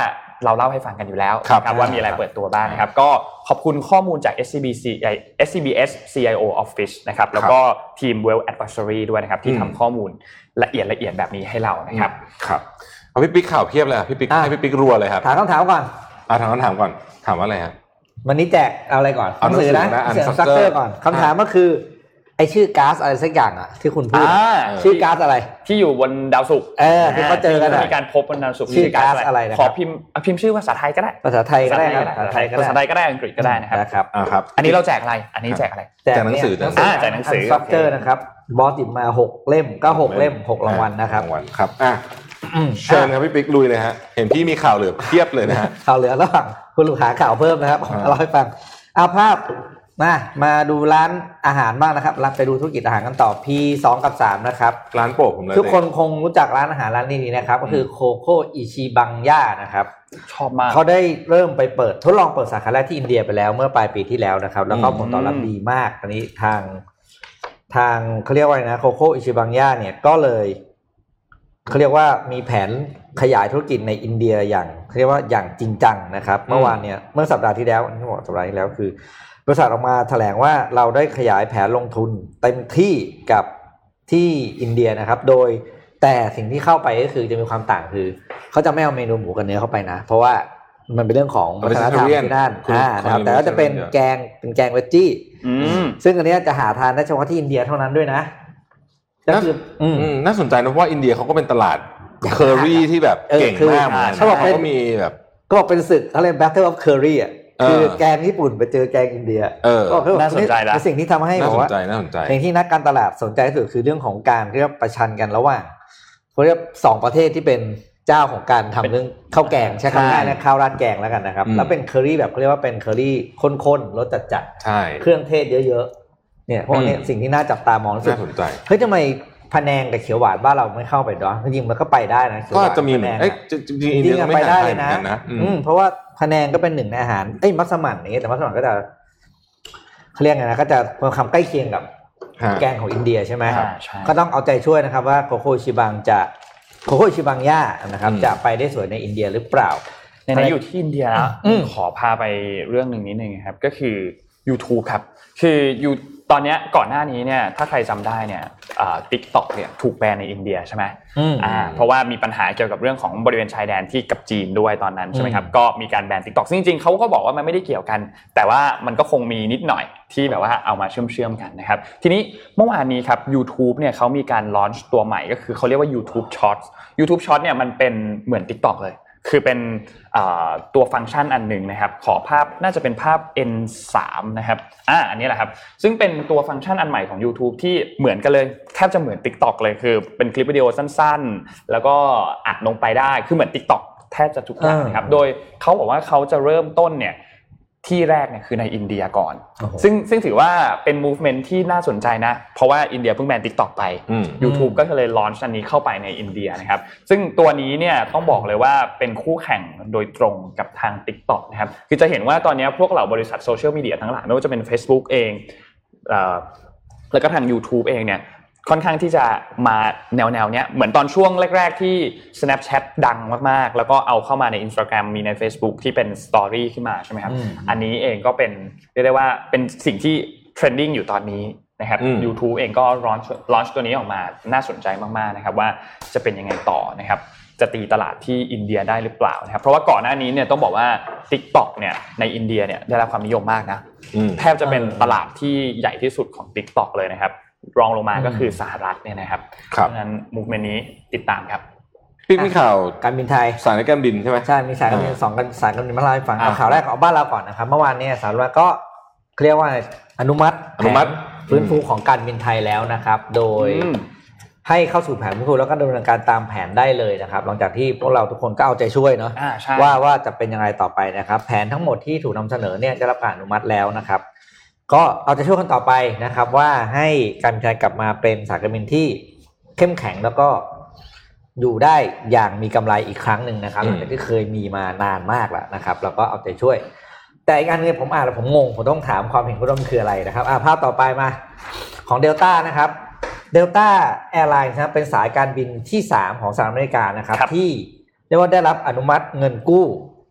เราเล่าให้ฟังกันอยู่แล้วครับนะครับว่ามีอะไรเปิดตัวบ้างนะครับก็ขอบคุณข้อมูลจาก เอส ซี บี ซี เอส ซี บี เอส ซี ไอ โอ Office นะครับแล้วก็ทีม Wealth Advisory ด้วยนะครับที่ทำข้อมูลละเอียดละเอียดแบบนี้ให้เรานะครับครับเอาพี่ปิ๊กข่าวเพียบเลยพี่ปิ๊กให้พี่ปิ๊กรัวเลยครับถามคำถามก่อนอ่าถามคำถามก่อนถามว่าอะไรครับวันนี้แจกเอาอะไรก่อนหนังสือนะหนังสือสตรัคเจอร์ก่อนคำถามก็คือไอชื่อก๊าซอะไรสักอย่างอ่ะที่คุณพูดชื่อก๊าซอะไรที่อยู่บนดาวศุกร์เออที่เขาเจอกันมีการพบบนดาวศุกร์ชื่อก๊าซอะไรนะขอพิมพ์พิมพ์ชื่อภาษาไทยก็ได้ภาษาไทยก็ได้ครับภาษาไทยก็ได้ภาษาไทยก็ได้อังกฤษก็ได้นะครับนะครับอ่าครับอันนี้เราแจกอะไรอันนี้แจกอะไรแจกหนังสืออ่าแจกหนังสือสตรัคเจอร์นะครับบอสติดมาหกเล่มก็หกเล่มหกรางวัลนะครับรางวัลครับอ่ะเชิญครับพี่ปิ๊กลุยเลยฮะเห็นพี่มีข่าวเหลือเพียบเลยนะฮะข่าวเหลือระหว่างคุณลูกหาข่าวเพิ่มนะครับเล่าให้ฟังเอาภาพมามาดูร้านอาหารบ้างนะครับไปดูธุรกิจอาหารกันต่อ พี สอง กับสามนะครับร้านโปรดผมเลยทุกคนคงรู้จักร้านอาหารร้านนี้นะครับก็คือโคโค่อิชิบังย่านะครับชอบมากเขาได้เริ่มไปเปิดทดลองเปิดสาขาแรกที่อินเดียไปแล้วเมื่อปลายปีที่แล้วนะครับแล้วก็ผลตอบรับดีมากตอนนี้ทางทางเขาเรียกว่าไงนะโคโค่อิชิบังย่าเนี่ยก็เลยเขาเรียกว่ามีแผนขยายธุรกิจในอินเดียอย่างเขาเรียกว่าอย่างจริงจังนะครับเมื่อวานเนี่ยเมื่อสัปดาห์ที่แล้วที่บอกสัปดาห์ที่แล้วคือบริษัทออกมาแถลงว่าเราได้ขยายแผนลงทุนเต็มที่กับที่อินเดียนะครับโดยแต่สิ่งที่เข้าไปก็คือจะมีความต่างคือเขาจะไม่เอาเมนูหมูกับเนื้อเข้าไปนะเพราะว่ามันเป็นเรื่องของวัฒนธรรมที่นั่นนะครับแต่ก็จะเป็นแกงเป็นแกงเวจจี้ซึ่งอันนี้จะหาทานได้เฉพาะที่อินเดียเท่านั้นด้วยนะก็คือน่าสนใจนะเพราะว่าอินเดียเขาก็เป็นตลาดเคอรี่ที่แบบเก่งมากเขาบอกก็มีแบบก็บอกเป็นศึกเขาเรียก Battle of Curry อ่ะคือแกงญี่ปุ่นไปเจอแกงอินเดียก็น่าสนใจนะเป็นสิ่งที่ทำให้บอกว่าสิ่งที่นักการตลาดสนใจที่สุดคือเรื่องของการเรียกประชันกันระหว่างเขาเรียกสองประเทศที่เป็นเจ้าของการทำเรื่องข้าวแกงใช่ไหมนะข้าวราดแกงแล้วกันนะครับแล้วเป็นเคอรี่แบบเขาเรียกว่าเป็นเคอรี่ข้นๆรสจัดๆเครื่องเทศเยอะๆเนี่ยพวกนี้สิ่งที่น่าจับตามองที่สุดเฮ้ยทำไมพะแนงกับเขียวหวานบ้านเราไม่เข้าไปด้วยจริงๆมันก็ไปได้นะก็จะมีเอ้ยจริงๆอินเดียก็ไม่ได้เลยนะอืมเพราะว่าพะแนงก็เป็นหนึ่งในอาหารเอ้ยมัสมั่นอย่างเงี้ยแต่มัสมั่นก็จะเขาเรียกไงนะก็จะมีความใกล้เคียงกับแกงของอินเดียใช่ไหมครับก็ต้องเอาใจช่วยนะครับว่าโคโค่อิชิบังจะโคโค่อิชิบังย่านะครับจะไปได้สวยในอินเดียหรือเปล่าในนี้อยู่ที่อินเดียแล้วขอพาไปเรื่องนึงนิดนึงครับก็คือ YouTube ครับคือยูตอนนี้ก่อนหน้านี้เนี่ยถ้าใครจำได้เนี่ยอ่า TikTok เนี่ยถูกแบนในอินเดียใช่ไหมอ่าเพราะว่ามีปัญหาเกี่ยวกับเรื่องของบริเวณชายแดนที่กับจีนด้วยตอนนั้นใช่ไหมครับก็มีการแบน TikTok ซึ่งจริงๆเขาก็บอกว่ามันไม่ได้เกี่ยวกันแต่ว่ามันก็คงมีนิดหน่อยที่แบบว่าเอามาเชื่อมๆกันนะครับทีนี้เมื่อวานนี้ครับ YouTube เนี่ยเขามีการลอนช์ตัวใหม่ก็คือเขาเรียกว่า YouTube Shorts YouTube Shorts เนี่ยมันเป็นเหมือน TikTok เลยคือเป็นตัวฟังก์ชันอันหนึ่งนะครับขอภาพน่าจะเป็นภาพ เอ็น สาม นะครับอ่าอันนี้แหละครับซึ่งเป็นตัวฟังก์ชันอันใหม่ของ YouTube ที่เหมือนกันเลยแทบจะเหมือน TikTok เลยคือเป็นคลิปวิดีโอสั้นๆแล้วก็อัดลงไปได้คือเหมือน TikTok แทบจะทุกอย่างนะครับโดยเขาบอกว่าเขาจะเริ่มต้นเนี่ยที่แรกเนี่ยคือในอินเดียก่อนซึ่งซึ่งถือว่าเป็น movement ที่น่าสนใจนะเพราะว่าอินเดียเพิ่งแบน TikTok ไป YouTube ก็เลยลอนช์อันนี้เข้าไปในอินเดียนะครับซึ่งตัวนี้เนี่ยต้องบอกเลยว่าเป็นคู่แข่งโดยตรงกับทาง TikTok นะครับคือจะเห็นว่าตอนนี้พวกเหล่าบริษัทโซเชียลมีเดียทั้งหลายไม่ว่าจะเป็น Facebook เองเอ่อแล้วก็ทาง YouTube เองเนี่ยค่อนข้างที่จะมาแนวๆเนี้ยเหมือนตอนช่วงแรกๆที่ Snapchat ดังมากๆแล้วก็เอาเข้ามาใน Instagram มีใน Facebook ที่เป็น Story ขึ้นมาใช่ไหมครับอันนี้เองก็เป็นเรียกได้ว่าเป็นสิ่งที่ trending อยู่ตอนนี้นะครับ YouTube เองก็ launch launch ตัวนี้ออกมาน่าสนใจมากๆนะครับว่าจะเป็นยังไงต่อนะครับจะตีตลาดที่อินเดียได้หรือเปล่านะครับเพราะว่าก่อนหน้านี้เนี่ยต้องบอกว่า TikTok เนี่ยในอินเดียเนี่ยได้รับความนิยมมากนะแทบจะเป็นตลาดที่ใหญ่ที่สุดของ TikTok เลยนะครับรองลงมาก็คือสหรัฐเนี่ยนะครับเพราะฉะนั้นมูฟเมนต์นี้ติดตามครับพี่มีข่าวการบินไทยสายการบินใช่ไหมใช่มีสายการบินสองกันสายการบินมาเล่าให้ฟังเอาข่าวแรกเอาบ้านเราก่อนนะครับเมื่อวานนี้สหรัฐก็เรียกว่าอนุมัติอนุมัติฟื้นฟูของการบินไทยแล้วนะครับโดยให้เข้าสู่แผนฟื้นฟูแล้วก็ดำเนินการตามแผนได้เลยนะครับหลังจากที่พวกเราทุกคนก็เอาใจช่วยเนาะว่าว่าจะเป็นยังไงต่อไปนะครับแผนทั้งหมดที่ถูกนำเสนอเนี่ยได้รับการอนุมัติแล้วนะครับก็เอาใจช่วยกันต่อไปนะครับว่าให้การบินไทยกลับมาเป็นสายการบินที่เข้มแข็งแล้วก็อยู่ได้อย่างมีกำไรอีกครั้งหนึ่งนะครับหลังจากที่เคยมีมานานมากแล้วนะครับแล้วก็เอาใจช่วยแต่อีกอันนึงผมอ่านแล้วผมงงผมต้องถามความเห็นคุณผู้ชมคืออะไรนะครับอ่าภาพต่อไปมาของ Delta นะครับ Delta Airlines นะเป็นสายการบินที่สามของสหรัฐอเมริกานะครับที่เรียกว่าได้รับอนุมัติเงินกู้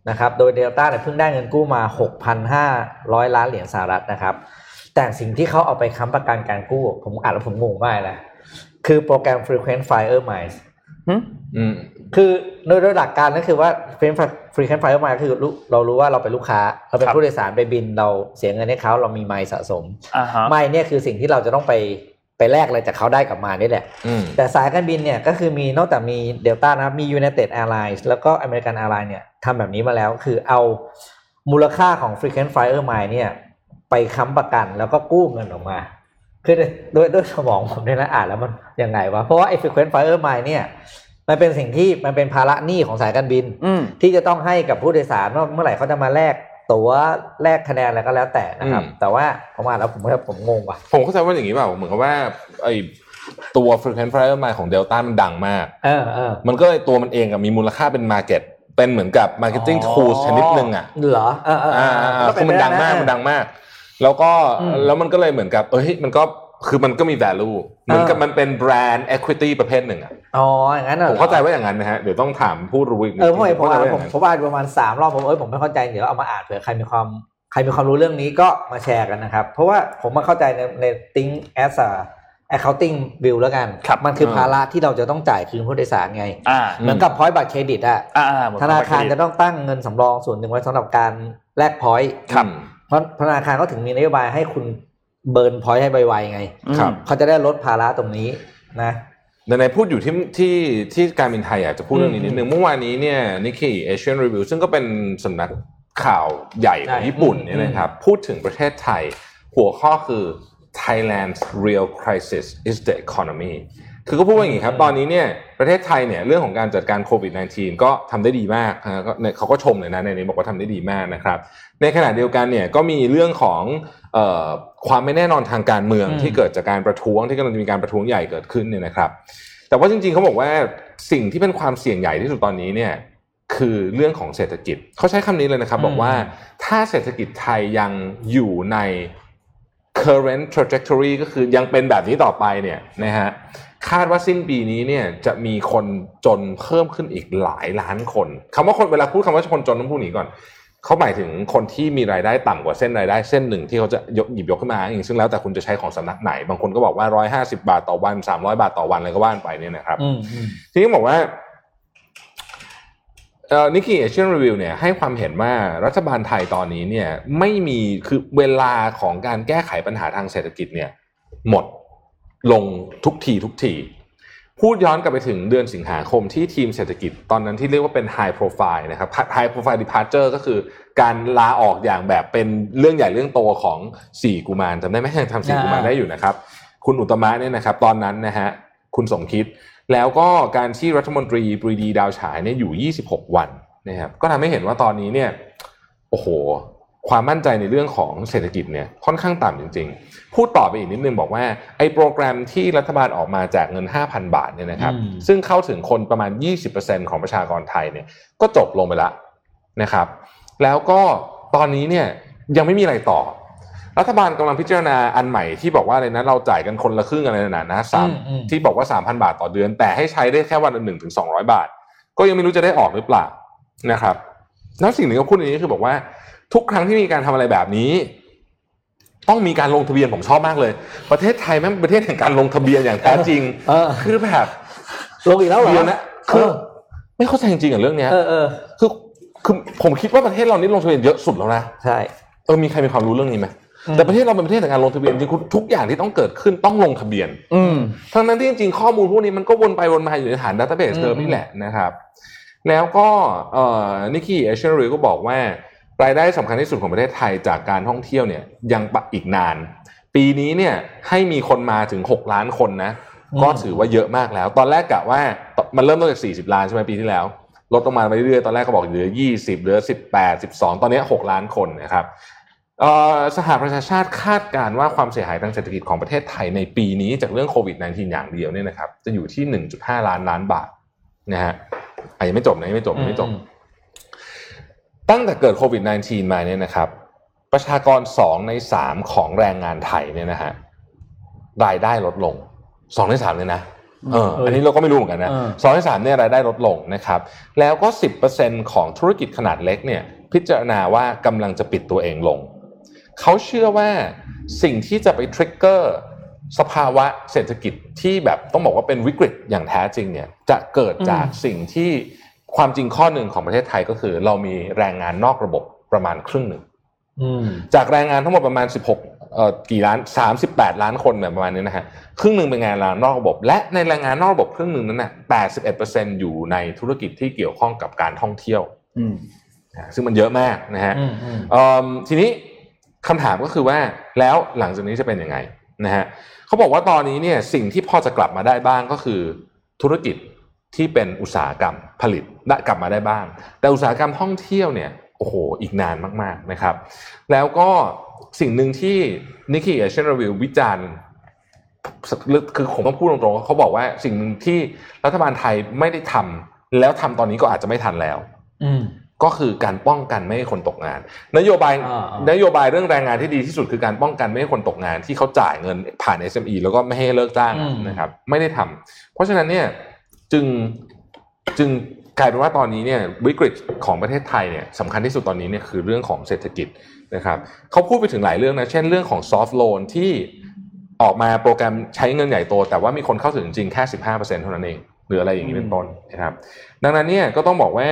นะครับโดย Delta เนี่ยเพิ่งได้เงินกู้มา หกพันห้าร้อย ล้านเหรียญสหรัฐนะครับแต่สิ่งที่เขาเอาไปค้ำประกันการกู้ผมอ่านแล้วผมงงมากเลยคือโปรแกรม Frequent Flyer Miles อืมคือโดยโดยหลักการก็คือว่า Frequent Flyer Miles คือเรารู้ว่าเราเป็นลูกค้าเราเป็นผู้โดยสารไปบินเราเสียเงินให้เขาเรามีไมล์สะสมไมล์เนี่ยคือสิ่งที่เราจะต้องไปไปแลกอะไรจากเขาได้กลับมานี่แหละแต่สายการบินเนี่ยก็คือมีนอกจากมี Delta นะครับมี United Airlines แล้วก็ American Airlines เนี่ยทำแบบนี้มาแล้วคือเอามูลค่าของ Frequent Flyer Miles เนี่ยไปค้ำประกันแล้วก็กู้เงินออกมาคือด้วยด้วยสมองผมเนี่ยนะอ่านแล้วมันยังไงวะเพราะว่าไอ้ Frequent Flyer Miles เนี่ยมันเป็นสิ่งที่มันเป็นภาระหนี้ของสายการบินที่จะต้องให้กับผู้โดยสารว่าเมื่อไหร่เขาจะมาแลกตั๋วแลกคะแนนอะไรก็แล้วแต่นะครับแต่ว่าผมอ่านแล้วผมว่าผมงงว่ะผมเข้าใจว่าอย่างนี้เปล่าเหมือนกับว่าไอ้ตัว Frequent Flyer Miles ของ Delta มันดังมากเออเออมันก็เลยตัวมันเองมีมูลค่าเป็น market เป็นเหมือนกับ marketing tools ชนิดนึงอ่ะเหรอเออเออคือมันดังมากมันดังมากแล้วก็แล้วมันก็เลยเหมือนกับเอ้ยมันก็คือมันก็มี value เหมือนกับมันเป็น brand equity ประเภทหนึ่งอ่ะอ๋ออย่างนั้นเหรอผมเข้าใจว่าอย่างนั้นนะฮะเดี๋ยวต้องถามผู้รู้อีกเออผมผมอ่านผมผมอ่านประมาณสามรอบผมเอ้ยผมไม่เข้าใจเดี๋ยวเอามาอ่านเผื่อใครมีความใครมีความรู้เรื่องนี้ก็มาแชร์กันนะครับเพราะว่าผมมาเข้าใจในใน think as a accounting view แล้วกันมันคือภาระที่เราจะต้องจ่ายคืนผู้โดยสารไงเหมือนกับ point บัตรเครดิตอ่ะธนาคารจะต้องตั้งเงินสำรองส่วนหนึ่งไว้สำหรับการแลก point เพราะธนาคารก็ถึงมีนโยบายให้คุณเบิร์น point ให้ไวๆไงเขาจะได้ลดภาระตรงนี้นะในพูดอยู่ที่ที่ที่การบินไทยอยากจะพูดเรื่องนี้นิดนึงเมื่อวานนี้เนี่ย Nikkei Asian Review ซึ่งก็เป็นสำนักข่าวใหญ่ของญี่ปุ่นเนี่ยนะครับพูดถึงประเทศไทยหัวข้อคือ Thailand's real crisis is the economy คือก็พูดว่าอย่างนี้ครับตอนนี้เนี่ยประเทศไทยเนี่ยเรื่องของการจัดการโควิด สิบเก้า ก็ทำได้ดีมากนะก็เขาก็ชมเลยนะในนี้บอกว่าทำได้ดีมากนะครับในขณะเดียวกันเนี่ยก็มีเรื่องของเอ่อความไม่แน่นอนทางการเมืองที่เกิดจากการประท้วงที่กำลังจะมีการประท้วงใหญ่เกิดขึ้นเนี่ยนะครับแต่ว่าจริงๆเขาบอกว่าสิ่งที่เป็นความเสี่ยงใหญ่ที่สุดตอนนี้เนี่ยคือเรื่องของเศรษฐกิจเขาใช้คำนี้เลยนะครับบอกว่าถ้าเศรษฐกิจไทยยังอยู่ใน current trajectory ก็คือยังเป็นแบบนี้ต่อไปเนี่ยนะฮะคาดว่าสิ้นปีนี้เนี่ยจะมีคนจนเพิ่มขึ้นอีกหลายล้านคนคำว่าคนเวลาพูดคำว่าคนจนต้องพูดอย่างนี้ก่อนเขาหมายถึงคนที่มีรายได้ต่ำกว่าเส้นรายได้เส้นหนึ่งที่เขาจะยกหยิบยกขึ้นมาเองซึ่งแล้วแต่คุณจะใช้ของสำนักไหนบางคนก็บอกว่าหนึ่งร้อยห้าสิบบาทต่อวันสามร้อยบาทต่อวันอะไรก็ว่านไปเนี่ยนะครับทีนี้บอกว่าเอ่อ Nikkei Asian Review เนี่ยให้ความเห็นว่ารัฐบาลไทยตอนนี้เนี่ยไม่มีคือเวลาของการแก้ไขปัญหาทางเศรษฐกิจเนี่ยหมดลงทุกทีทุกทีพูดย้อนกลับไปถึงเดือนสิงหาคมที่ทีมเศรษฐกิจตอนนั้นที่เรียกว่าเป็น high profile นะครับ high profile departure ก็คือการลาออกอย่างแบบเป็นเรื่องใหญ่เรื่องโตของสี่กุมารจำได้ไหมยังทำสี่กุมารได้อยู่นะครับคุณอุตตมะเนี่ยนะครับตอนนั้นนะฮะคุณสมคิดแล้วก็การที่รัฐมนตรีปรีดีดาวฉายเนี่ยอยู่ยี่สิบหกวันนะครับก็ทำให้เห็นว่าตอนนี้เนี่ยโอ้โหความมั่นใจในเรื่องของเศรษฐกิจเนี่ยค่อนข้างต่ำจริงๆพูดต่อไปอีกนิดนึงบอกว่าไอ้โปรแกรมที่รัฐบาลออกมาแจกเงิน ห้าพัน บาทเนี่ยนะครับซึ่งเข้าถึงคนประมาณ ยี่สิบเปอร์เซ็นต์ ของประชากรไทยเนี่ยก็จบลงไปแล้วนะครับแล้วก็ตอนนี้เนี่ยยังไม่มีอะไรต่อรัฐบาลกำลังพิจารณาอันใหม่ที่บอกว่าอะไรนะเราจ่ายกันคนละครึ่งอะไรนะนะสามที่บอกว่า สามพัน บาทต่อเดือนแต่ให้ใช้ได้แค่วันละ หนึ่งถึงสองร้อย บาทก็ยังไม่รู้จะได้ออกหรือเปล่านะครับแล้วสิ่งหนึ่งก็พูดอย่างนี้คือบอกว่าทุกครั้งที่มีการทำอะไรแบบนี้ต้องมีการลงทะเบียนผมชอบมากเลยประเทศไทยแม่งเป็นประเทศแห่งการลงทะเบียนอย่างแท้จริงคือแบบลงอีกแล้วเหรอนะคือไม่เข้าใจจริงๆกับเรื่องนี้คือคือผมคิดว่าประเทศเรานี่ลงทะเบียนเยอะสุดแล้วนะใช่เออมีใครมีความรู้เรื่องนี้ไหมแต่ประเทศเราเป็นประเทศแห่งการลงทะเบียนจริงๆทุกอย่างที่ต้องเกิดขึ้นต้องลงทะเบียนทั้งนั้นที่จริงๆข้อมูลพวกนี้มันก็วนไปวนมาอยู่ในฐานดัตต้าเบสเดิมนี่แหละนะครับแล้วก็เอ่อ Nikkei Asian Review ก็บอกว่ารายได้สำคัญที่สุดของประเทศไทยจากการท่องเที่ยวเนี่ยยังอีกนานปีนี้เนี่ยให้มีคนมาถึงหกล้านคนนะก็ถือว่าเยอะมากแล้วตอนแรกกะว่ามันเริ่มต้นจากสี่สิบล้านใช่ไหมปีที่แล้วลดลงมาไปเรื่อยๆตอนแรกก็บอกเหลือยี่สิบเหลือสิบแปด สิบสองตอนนี้หกล้านคนนะครับสหประชาชาติคาดการณ์ว่าความเสียหายทางเศรษฐกิจของประเทศไทยในปีนี้จากเรื่องโควิด สิบเก้า อย่างเดียวเนี่ยนะครับจะอยู่ที่ หนึ่งจุดห้า ล้านล้านบาทนะฮะอ่ะยังไม่จบนะยังไม่จบยังไม่จบตั้งแต่เกิดโควิด สิบเก้า มาเนี่ยนะครับประชากรสองในสามของแรงงานไทยเนี่ยนะฮะรายได้ลดลงสองในสามเลยนะเอออันนี้เราก็ไม่รู้เหมือนกันนะสองในสามเนี่ยรายได้ลดลงนะครับแล้วก็ สิบเปอร์เซ็นต์ ของธุรกิจขนาดเล็กเนี่ยพิจารณาว่ากำลังจะปิดตัวเองลงเขาเชื่อว่าสิ่งที่จะไปทริกเกอร์สภาวะเศรษฐกิจที่แบบต้องบอกว่าเป็นวิกฤตอย่างแท้จริงเนี่ยจะเกิดจากสิ่งที่ความจริงข้อหนึ่งของประเทศไทยก็คือเรามีแรงงานนอกระบบประมาณครึ่งหนึ่งจากแรงงานทั้งหมดประมาณสิบหกเอ่อกี่ล้านสามสิบแปดล้านคนแบบประมาณนี้นะฮะครึ่งหนึ่งเป็นแรงงานนอกระบบและในแรงงานนอกระบบครึ่งหนึ่งนั้นน่ะ แปดสิบเอ็ดเปอร์เซ็นต์ อยู่ในธุรกิจที่เกี่ยวข้องกับการท่องเที่ยวซึ่งมันเยอะมากนะฮะทีนี้คำถามก็คือว่าแล้วหลังจากนี้จะเป็นยังไงนะฮะเขาบอกว่าตอนนี้เนี่ยสิ่งที่พอจะกลับมาได้บ้างก็คือธุรกิจที่เป็นอุตสาหกรรมผลิตได้กลับมาได้บ้างแต่อุตสาหกรรมท่องเที่ยวเนี่ยโอ้โหอีกนานมากๆนะครับแล้วก็สิ่งหนึ่งที่ Nikkei Asian Review วิจารณ์คือผมต้องพูดตรงๆเขาบอกว่าสิ่งหนึ่งที่รัฐบาลไทยไม่ได้ทำแล้วทำตอนนี้ก็อาจจะไม่ทันแล้วก็คือการป้องกันไม่ให้คนตกงานนโยบายนโยบายเรื่องแรงงานที่ดีที่สุดคือการป้องกันไม่ให้คนตกงานที่เขาจ่ายเงินผ่าน เอส เอ็ม อี แล้วก็ไม่ให้เลิกจ้างนะครับไม่ได้ทำเพราะฉะนั้นเนี่ยจึงจึงกลายเป็นว่าตอนนี้เนี่ยวิกฤตของประเทศไทยเนี่ยสำคัญที่สุดตอนนี้เนี่ยคือเรื่องของเศรษฐกิจนะครับเขาพูดไปถึงหลายเรื่องนะเช่นเรื่องของ soft loan ที่ออกมาโปรแกรมใช้เงินใหญ่โตแต่ว่ามีคนเข้าถึงจริงแค่ สิบห้าเปอร์เซ็นต์ เท่านั้นเองหรืออะไรอย่างนี้เป็นต้นนะครับดังนั้นเนี่ยก็ต้องบอกว่า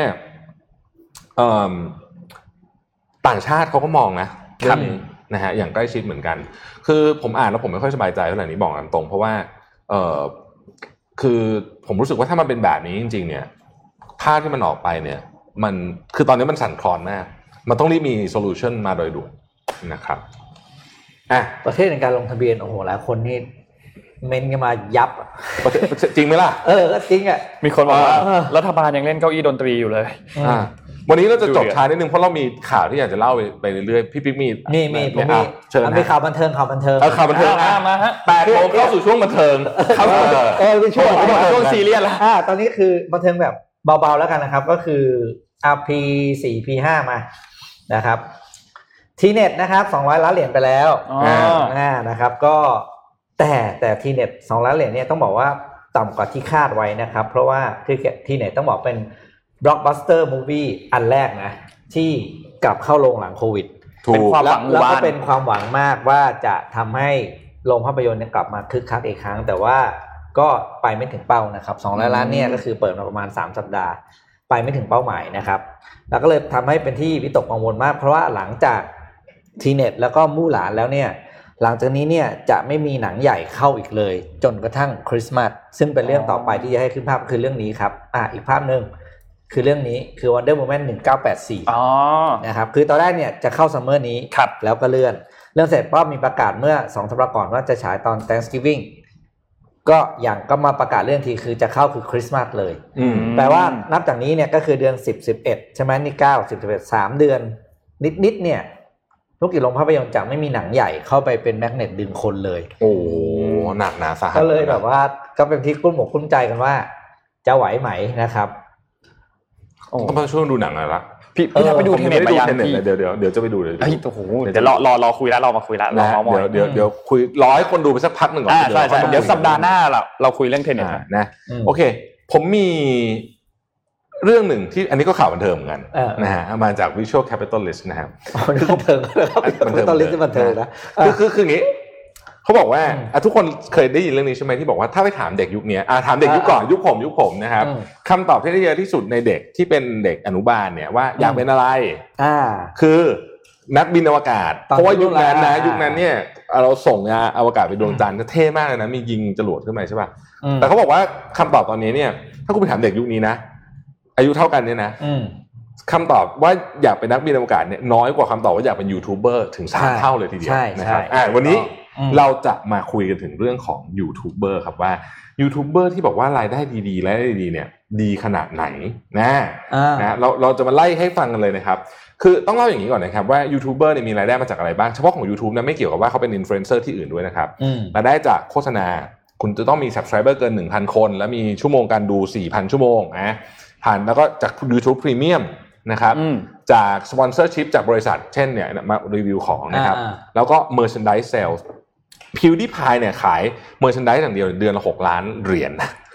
ต่างชาติเขาก็มองนะเรื่องนี้นะฮะอย่างใกล้ชิดเหมือนกันคือผมอ่านแล้วผมไม่ค่อยสบายใจเท่าไหร่นี้บอกกันตรงเพราะว่าเอ่อคือผมรู้สึกว่าถ้ามันเป็นแบบนี้จริงๆเนี่ยภาพที่มันออกไปเนี่ยมันคือตอนนี้มันสั่นคลอนมากมันต้องรีบมีโซลูชันมาโดยด่วนนะครับอ่ะประเทศในการลงทะเบียนโอ้โหหลายคนนี่เมนกันมายับจริงไหมล่ะเออก็จริงอ่ะมีคนบอกว่ารัฐบาลยังเล่นเก้าอี้ดนตรีอยู่เลยอ่าวันนี้เราจะจบท้ายนิดนึงเพราะเรามีข่าวที่อยากจะเล่าไปเรื่อยๆพี่ปิ๊กมีมีมีผมมีเชิญมีข่าวบันเท ิงข่าวบันเทิงเอาข่าวบันเทิงมาฮะแปดโมงเข้าสู่ช่วงบันเทิงเข้าเออเป็นช่วงช่วงซีเรียสแล้วอ่าตอนนี้คือบันเทิงแบบเบาๆแล้วกันนะครับก็คือ อาร์ พี สี่ พี ห้า มานะครับทีเน็ตนะครับสองร้อยล้านเหรียญไปแล้วอ่านะครับก็แต่แต่ทีเน็ตสองล้านเหรียญเนี่ยต้องบอกว่าต่ำกว่าที่คาดไว้นะครับเพราะว่าคือทีเน็ตต้องบอกเป็นบล็อกบัสเตอร์มูฟวี่อันแรกนะที่กลับเข้าโรงหลังโควิดเป็นความหวังแล้วก็เป็นความหวังมากว่าจะทำให้โรงภาพยนตร์กลับมาคึกคักอีกครั้งแต่ว่าก็ไปไม่ถึงเป้านะครับสองร้อยล้านเนี่ยก็คือเปิดมาประมาณสามสัปดาห์ไปไม่ถึงเป้าหมายนะครับแล้วก็เลยทำให้เป็นที่วิตกกังวลมากเพราะว่าหลังจากทีเน็ตแล้วก็มู่หลานแล้วเนี่ยหลังจากนี้เนี่ยจะไม่มีหนังใหญ่เข้าอีกเลยจนกระทั่งคริสต์มาสซึ่งเป็นเรื่องต่อไปที่จะให้ขึ้นภาพคือเรื่องนี้ครับอ่ะอีกภาพนึงคือเรื่องนี้คือ Wonder Woman หนึ่งเก้าแปดสี่อ๋อนะครับคือตอนแรกเนี่ยจะเข้าซัมเมอร์นี้แล้วก็เลื่อนเรื่องเสร็จปั๊บมีประกาศเมื่อสองสัปดาห์ก่อนว่าจะฉายตอน Thanksgiving ก็อย่างก็มาประกาศเรื่องทีคือจะเข้าคือคริสต์มาสเลยแปลว่านับจากนี้เนี่ยก็คือเดือนสิบ สิบเอ็ดใช่มั้ยนี่เก้า สิบ สิบเอ็ด สามเดือนนิดๆเนี่ยธุรกิจโรงภาพยนตร์จะไม่มีหนังใหญ่เข้าไปเป็นแมกเนตดึงคนเลยโอ้หนักหนาสาหัสก็เลยแบบว่าก็เป็นที่กุ้มอกกุ้มใจกันว่าจะไหวไหมนะครับต้องมาช่วยดูหนังอะไรละพี่พี่ถ้าไปดูเทเน็ตมายังพี่เดี๋ยวเดี๋ยวเดี๋ยวจะไปดูเลยเฮ้ยโอ้โหเดี๋ยวรอรอรอคุยแล้วเรามาคุยแล้วรอเดี๋ยวเดี๋ยวเดี๋ยวคุยรอให้คนดูไปสักพักหนึ่งก่อนใช่ใช่เดี๋ยวสัปดาห์หน้าเราเราคุยเรื่องเทเน็ตนะโอเคผมมีเรื่องหนึ่งที่อันนี้ก็ข่าวบันเทิงเหมือนกันนะฮะมาจาก Visual Capitalist นะครับคือบันเทิงบันเทิงที่บันเทิงนะคือคือคืออย่างนี้เขาบอกว่าทุกคนเคยได้ยินเรื่องนี้ใช่ไหมที่บอกว่าถ้าไปถามเด็กยุคนี้ถามเด็กยุคก่อนยุคผมยุคผมนะครับคำตอบที่ได้เยอะที่สุดในเด็กที่เป็นเด็กอนุบาลเนี่ยว่าอยากเป็นอะไรคือนักบินอวกาศเพราะว่ายุคนั้นนะยุคนั้นเนี่ยเราส่งยานอวกาศไปดวงจันทร์เท่มากเลยนะมียิงจรวดขึ้นมาใช่ป่ะแต่เขาบอกว่าคำตอบตอนนี้เนี่ยถ้าคุณไปถามเด็กยุคนี้นะอายุเท่ากันเนี่ยนะคำตอบว่าอยากเป็นนักบินอวกาศเนี่ยน้อยกว่าคำตอบว่าอยากเป็นยูทูบเบอร์ถึงสามเท่าเลยทีเดียวนะครับวันนี้เราจะมาคุยกันถึงเรื่องของยูทูบเบอร์ครับว่ายูทูบเบอร์ที่บอกว่ารายได้ดีๆและได้ดีเนี่ยดีขนาดไหนนะนะเราเราจะมาไล่ให้ฟังกันเลยนะครับคือต้องเล่าอย่างนี้ก่อนนะครับว่ายูทูบเบอร์เนี่ยมีรายได้มาจากอะไรบ้างเฉพาะของ YouTube นะไม่เกี่ยวกับว่าเขาเป็นอินฟลูเอนเซอร์ที่อื่นด้วยนะครับรายได้จากโฆษณาคุณจะต้องมี Subscriber เกิน หนึ่งพัน คนและมีชั่วโมงการดู สี่พัน ชั่วโมงนะผ่านแล้วก็จาก YouTube Premium นะครับจากสปอนเซอร์ชิพจากบริษัทเช่นเนี่ยมารีวิวของนะครับแล้วก็ Merchandise Sales PewDiePie เนี่ยขาย Merchandise อย่างเดียวเดือนละหกล้านเหรียญ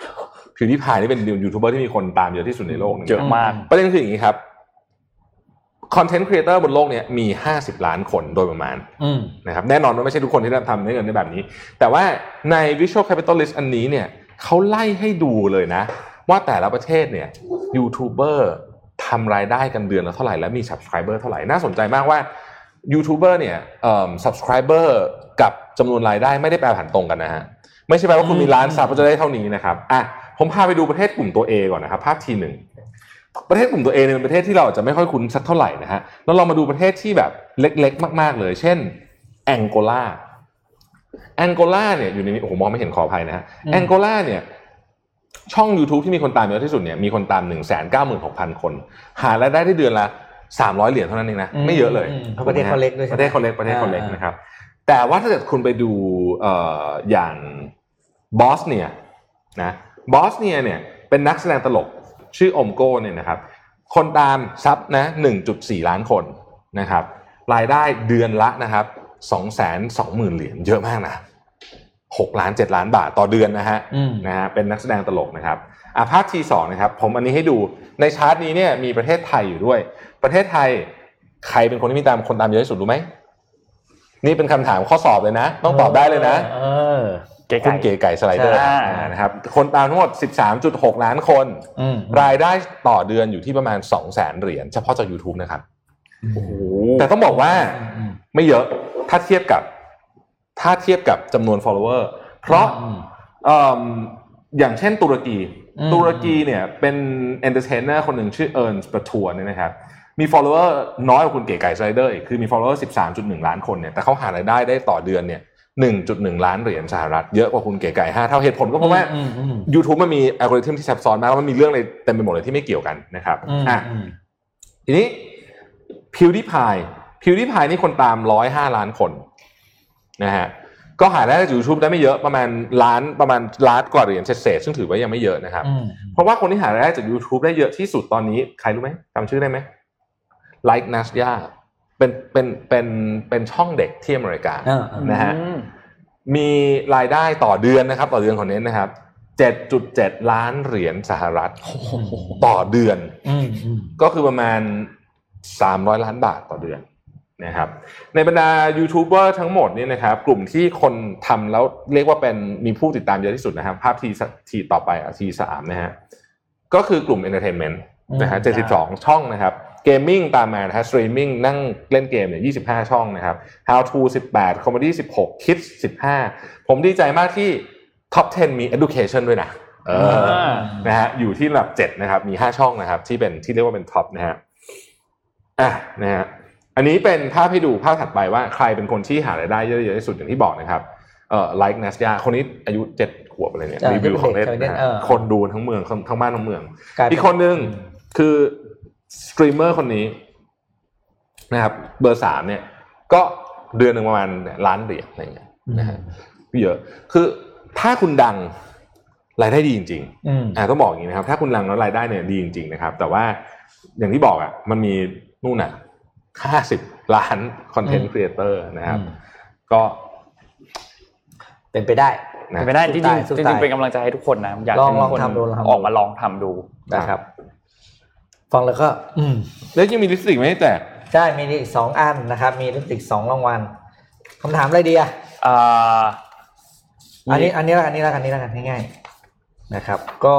PewDiePie นี่เป็นยูทูบเบอร์ที่มีคนตามเยอะที่สุดในโลกเยอะมากประเด็นคืออย่างนี้ครับคอนเทนต์ครีเอเตอร์บนโลกนี้มีห้าสิบล้านคนโดยประมาณนะครับแน่นอนว่าไม่ใช่ทุกคนที่ทำได้เงินในแบบนี้แต่ว่าใน Visual Capitalist อันนี้เนี่ยเขาไล่ให้ดูเลยนะว่าแต่ละประเทศเนี่ยยูทูบเบอร์ทำรายได้กันเดือนละเท่าไหร่และมี Subscriber เท่าไหร่น่าสนใจมากว่ายูทูบเบอร์เนี่ยเอ่อ Subscriber กับจำนวนรายได้ไม่ได้แปลผันตรงกันนะฮะไม่ใช่แปลว่าคุณมีล้านซับก็จะได้เท่านี้นะครับอ่ะผมพาไปดูประเทศกลุ่มตัว A ก่อนนะครับภาพทีหนึ่งประเทศกลุ่มตัว A เนี่ยเป็นประเทศที่เราจะไม่ค่อยคุ้นสักเท่าไหร่นะฮะแล้วเรามาดูประเทศที่แบบเล็กๆมากๆเลยเช่นแองโกลาแองโกลาเนี่ยอยู่ในนี้โอ้โหมองไม่เห็นขออภัยนะฮะแองโกลาเนี่ยช่อง YouTube ที่มีคนตามเยอะที่สุดเนี่ยมีคนตาม หนึ่งแสนเก้าหมื่นหกพัน คนหารายได้ได้เดือนละสามร้อยเหรียญเท่านั้นเองนะไม่เยอะเลยเพราะประเทศเขาเล็กด้วยประเทศเขาเล็กประเทศเขาเล็กนะครับแต่ว่าถ้าเกิดคุณไปดูเอ่ออย่างบอสเนียนะบอสเนียเนี่ยเป็นนักแสดงตลกชื่ออมโก้เนี่ยนะครับคนตามซับนะ หนึ่งจุดสี่ ล้านคนนะครับรายได้เดือนละนะครับ สองแสนสองหมื่น เหรียญเยอะมากนะหกล้านเจ็ดล้านบาทต่อเดือนนะฮะนะฮะเป็นนักแสดงตลกนะครับอ่ะภาพทีสองนะครับผมอันนี้ให้ดูในชาร์ตนี้เนี่ยมีประเทศไทยอยู่ด้วยประเทศไทยใครเป็นคนที่มีตามคนตามเยอะที่สุดรู้ไหมนี่เป็นคำถามข้อสอบเลยนะต้องตอบได้เลยนะเออคุณเก๋ไก่สไลเดอร์นะครับคนตามทั้งหมด สิบสามจุดหก ล้านคนรายได้ต่อเดือนอยู่ที่ประมาณ สองแสน เหรียญเฉพาะจาก YouTube นะครับโอ้โหแต่ต้องบอกว่าไม่เยอะถ้าเทียบกับถ้าเทียบกับจำนวน follower เพราะอย่างเช่นตุรกีตุรกีเนี่ยเป็น entertainer คนหนึ่งชื่อเอิร์นส์ประทัวเนี่ยนะครับมี follower น้อยกว่าคุณเก๋ไก่สไลเดอร์อีกคือมี follower สิบสามจุดหนึ่ง ล้านคนเนี่ยแต่เขาหารายได้ได้ต่อเดือนเนี่ย หนึ่งจุดหนึ่ง ล้านเหรียญสหรัฐเยอะกว่าคุณเก๋ไก่ห้าเท่าเหตุผลก็เพราะว่า YouTube มันมีอัลกอริทึมที่ซับซ้อนมากแล้วมันมีเรื่องอะไรเต็มไปหมดเลยที่ไม่เกี่ยวกันนะครับอ่ะทีนี้ PewDiePie PewDiePie นี่คนตามหนึ่งร้อยห้าล้านคนนะฮะก็หารายได้จาก YouTube ได้ไม่เยอะประมาณล้านประมาณล้านกว่าเหรียญเศษๆซึ่งถือว่ายังไม่เยอะนะครับเพราะว่าคนที่หารายได้จาก YouTube ได้เยอะที่สุดตอนนี้ใครรู้ไหมจำชื่อได้ไหม Like Nasya เป็นเป็นเป็นเป็นช่องเด็กที่อเมริกานะฮะมีรายได้ต่อเดือนนะครับต่อเดือนของเน้นนะครับ เจ็ดจุดเจ็ด ล้านเหรียญสหรัฐต่อเดือนก็คือประมาณสามร้อยล้านบาทต่อเดือนนะครับในบรรดายูทูบเบอร์ทั้งหมดนี่นะครับกลุ่มที่คนทำแล้วเรียกว่าเป็นมีผู้ติดตามเยอะที่สุดนะครับภาพทีทีต่อไปอ่ะทีสามนะฮะก็คือกลุ่ม Entertainment นะฮะเจ็ดสิบสองช่องนะครับเกมมิ่งตามมานะฮะสตรีมมิ่งนั่งเล่นเกมเนี่ยยี่สิบห้าช่องนะครับ How to สิบแปด Comedy สิบหก Kids สิบห้าผมดีใจมากที่ Top สิบมี Education ด้วยนะเออนะฮะอยู่ที่ระดับเจ็ดนะครับมีห้าช่องนะครับที่เป็นที่เรียกว่าเป็น Top นะฮะอ่ะนะฮะอันนี้เป็นภาพให้ดูภาพถัดไปว่าใครเป็นคนที่หารายได้เยอะๆที่สุดอย่างที่บอกนะครับเอ่อ Like Nasya คนนี้อายุเจ็ดขวบอะไรเนี่ยรีวิวของเล่นนะคนดูทั้งเมืองทั้งบ้านทั้งเมืองอีกคนนึงคือสตรีมเมอร์คนนี้นะครับเบอร์สามเนี่ยก็เดือนนึงประมาณล้านเหรียญอะไรเงี้ยนะฮะเยอะคือถ้าคุณดังรายได้ดีจริงๆอ่าต้องบอกอย่างนี้นะครับถ้าคุณดังแล้วรายได้เนี่ยดีจริงๆนะครับแต่ว่าอย่างที่บอกอ่ะมันมีนู่นน่ะห้าสิบล้านคอนเทนต์ครีเอเตอร์นะครับก็เป็นไปได้เป็นไปได้จริงๆจริงๆเป็นกำลังใจให้ทุกคนนะอยากให้ทุกคนออกมาลองทำดูนะครับฟังแล้วก็อืมแล้วยังมีลิปสติกไหมแต่ใช่มีอีกสองอันนะครับมีลิปสติกสองรางวัลคำถามอะไรดีอ่ะอ่าอันนี้อันนี้ละกันอันนี้ละกันอันนี้ละกันง่ายๆนะครับก็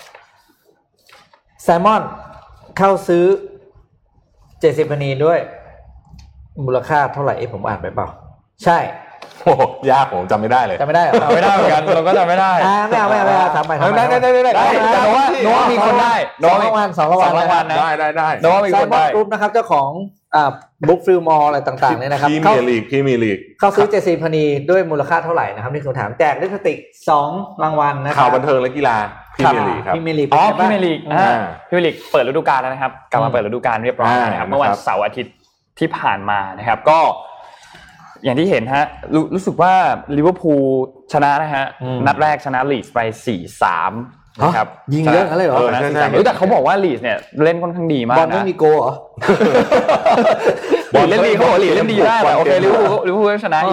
แซลมอนเข้าซื้อเจ็ดสิบพนีด้วยมูลค่าเท่าไหร่เอ๊ะผมอ่านไปเปล่าใช่โอ้ยากผมจำไม่ได้เลยจำไม่ได้เหรอจำไม่ได้เหมือนกันเราก็จำไม่ได้อ่าไม่เอาไม่เอาไม่เอาทำไปทำไปได้ได้ได้ได้แต่ว่าโน้มีคนได้สองรางวัลสองรางวัลนะได้ได้ได้โน้มีคนได้กรุ๊ปนะครับเจ้าของอ่าบุ๊กฟิลมอลอะไรต่างๆเนี่ยนะครับพรีเมียร์ลีกพรีเมียร์ลีกเข้าซื้อเจ็ดสิบพนีด้วยมูลค่าเท่าไหร่นะครับนี่คือถามแจกลิปสติกสองรางวัลนะครับข่าวบันเทิงและกีฬาพรีเมียร์ลีกครับพรีเมียร์ลีกอ๋อพรีเมียร์ลีกอ่าพรีเมียร์ลีกเปิดฤดูกาลแล้วนะครับกลับมาเปิดฤดูกาลเรียบร้อยนะครับเมื่อวันเสาร์อาทิตย์ที่ผ่านมานะครับก็อย่างที่เห็นฮะรู้รู้สึกว่าลิเวอร์พูลชนะนะฮะนัดแรกชนะลีดส์ไป สี่สาม นะครับยิงเยอะอะไรเหรอใช่ๆแต่เขาบอกว่าลีดส์เนี่ยเล่นค่อนข้างดีมากนะบอลไม่มีโกเหรอบอลเล่นดีเขาบอกลีดส์เล่นดีได้แต่โอเคลิเวอร์พูลลิเวอร์พูลชนะอยู่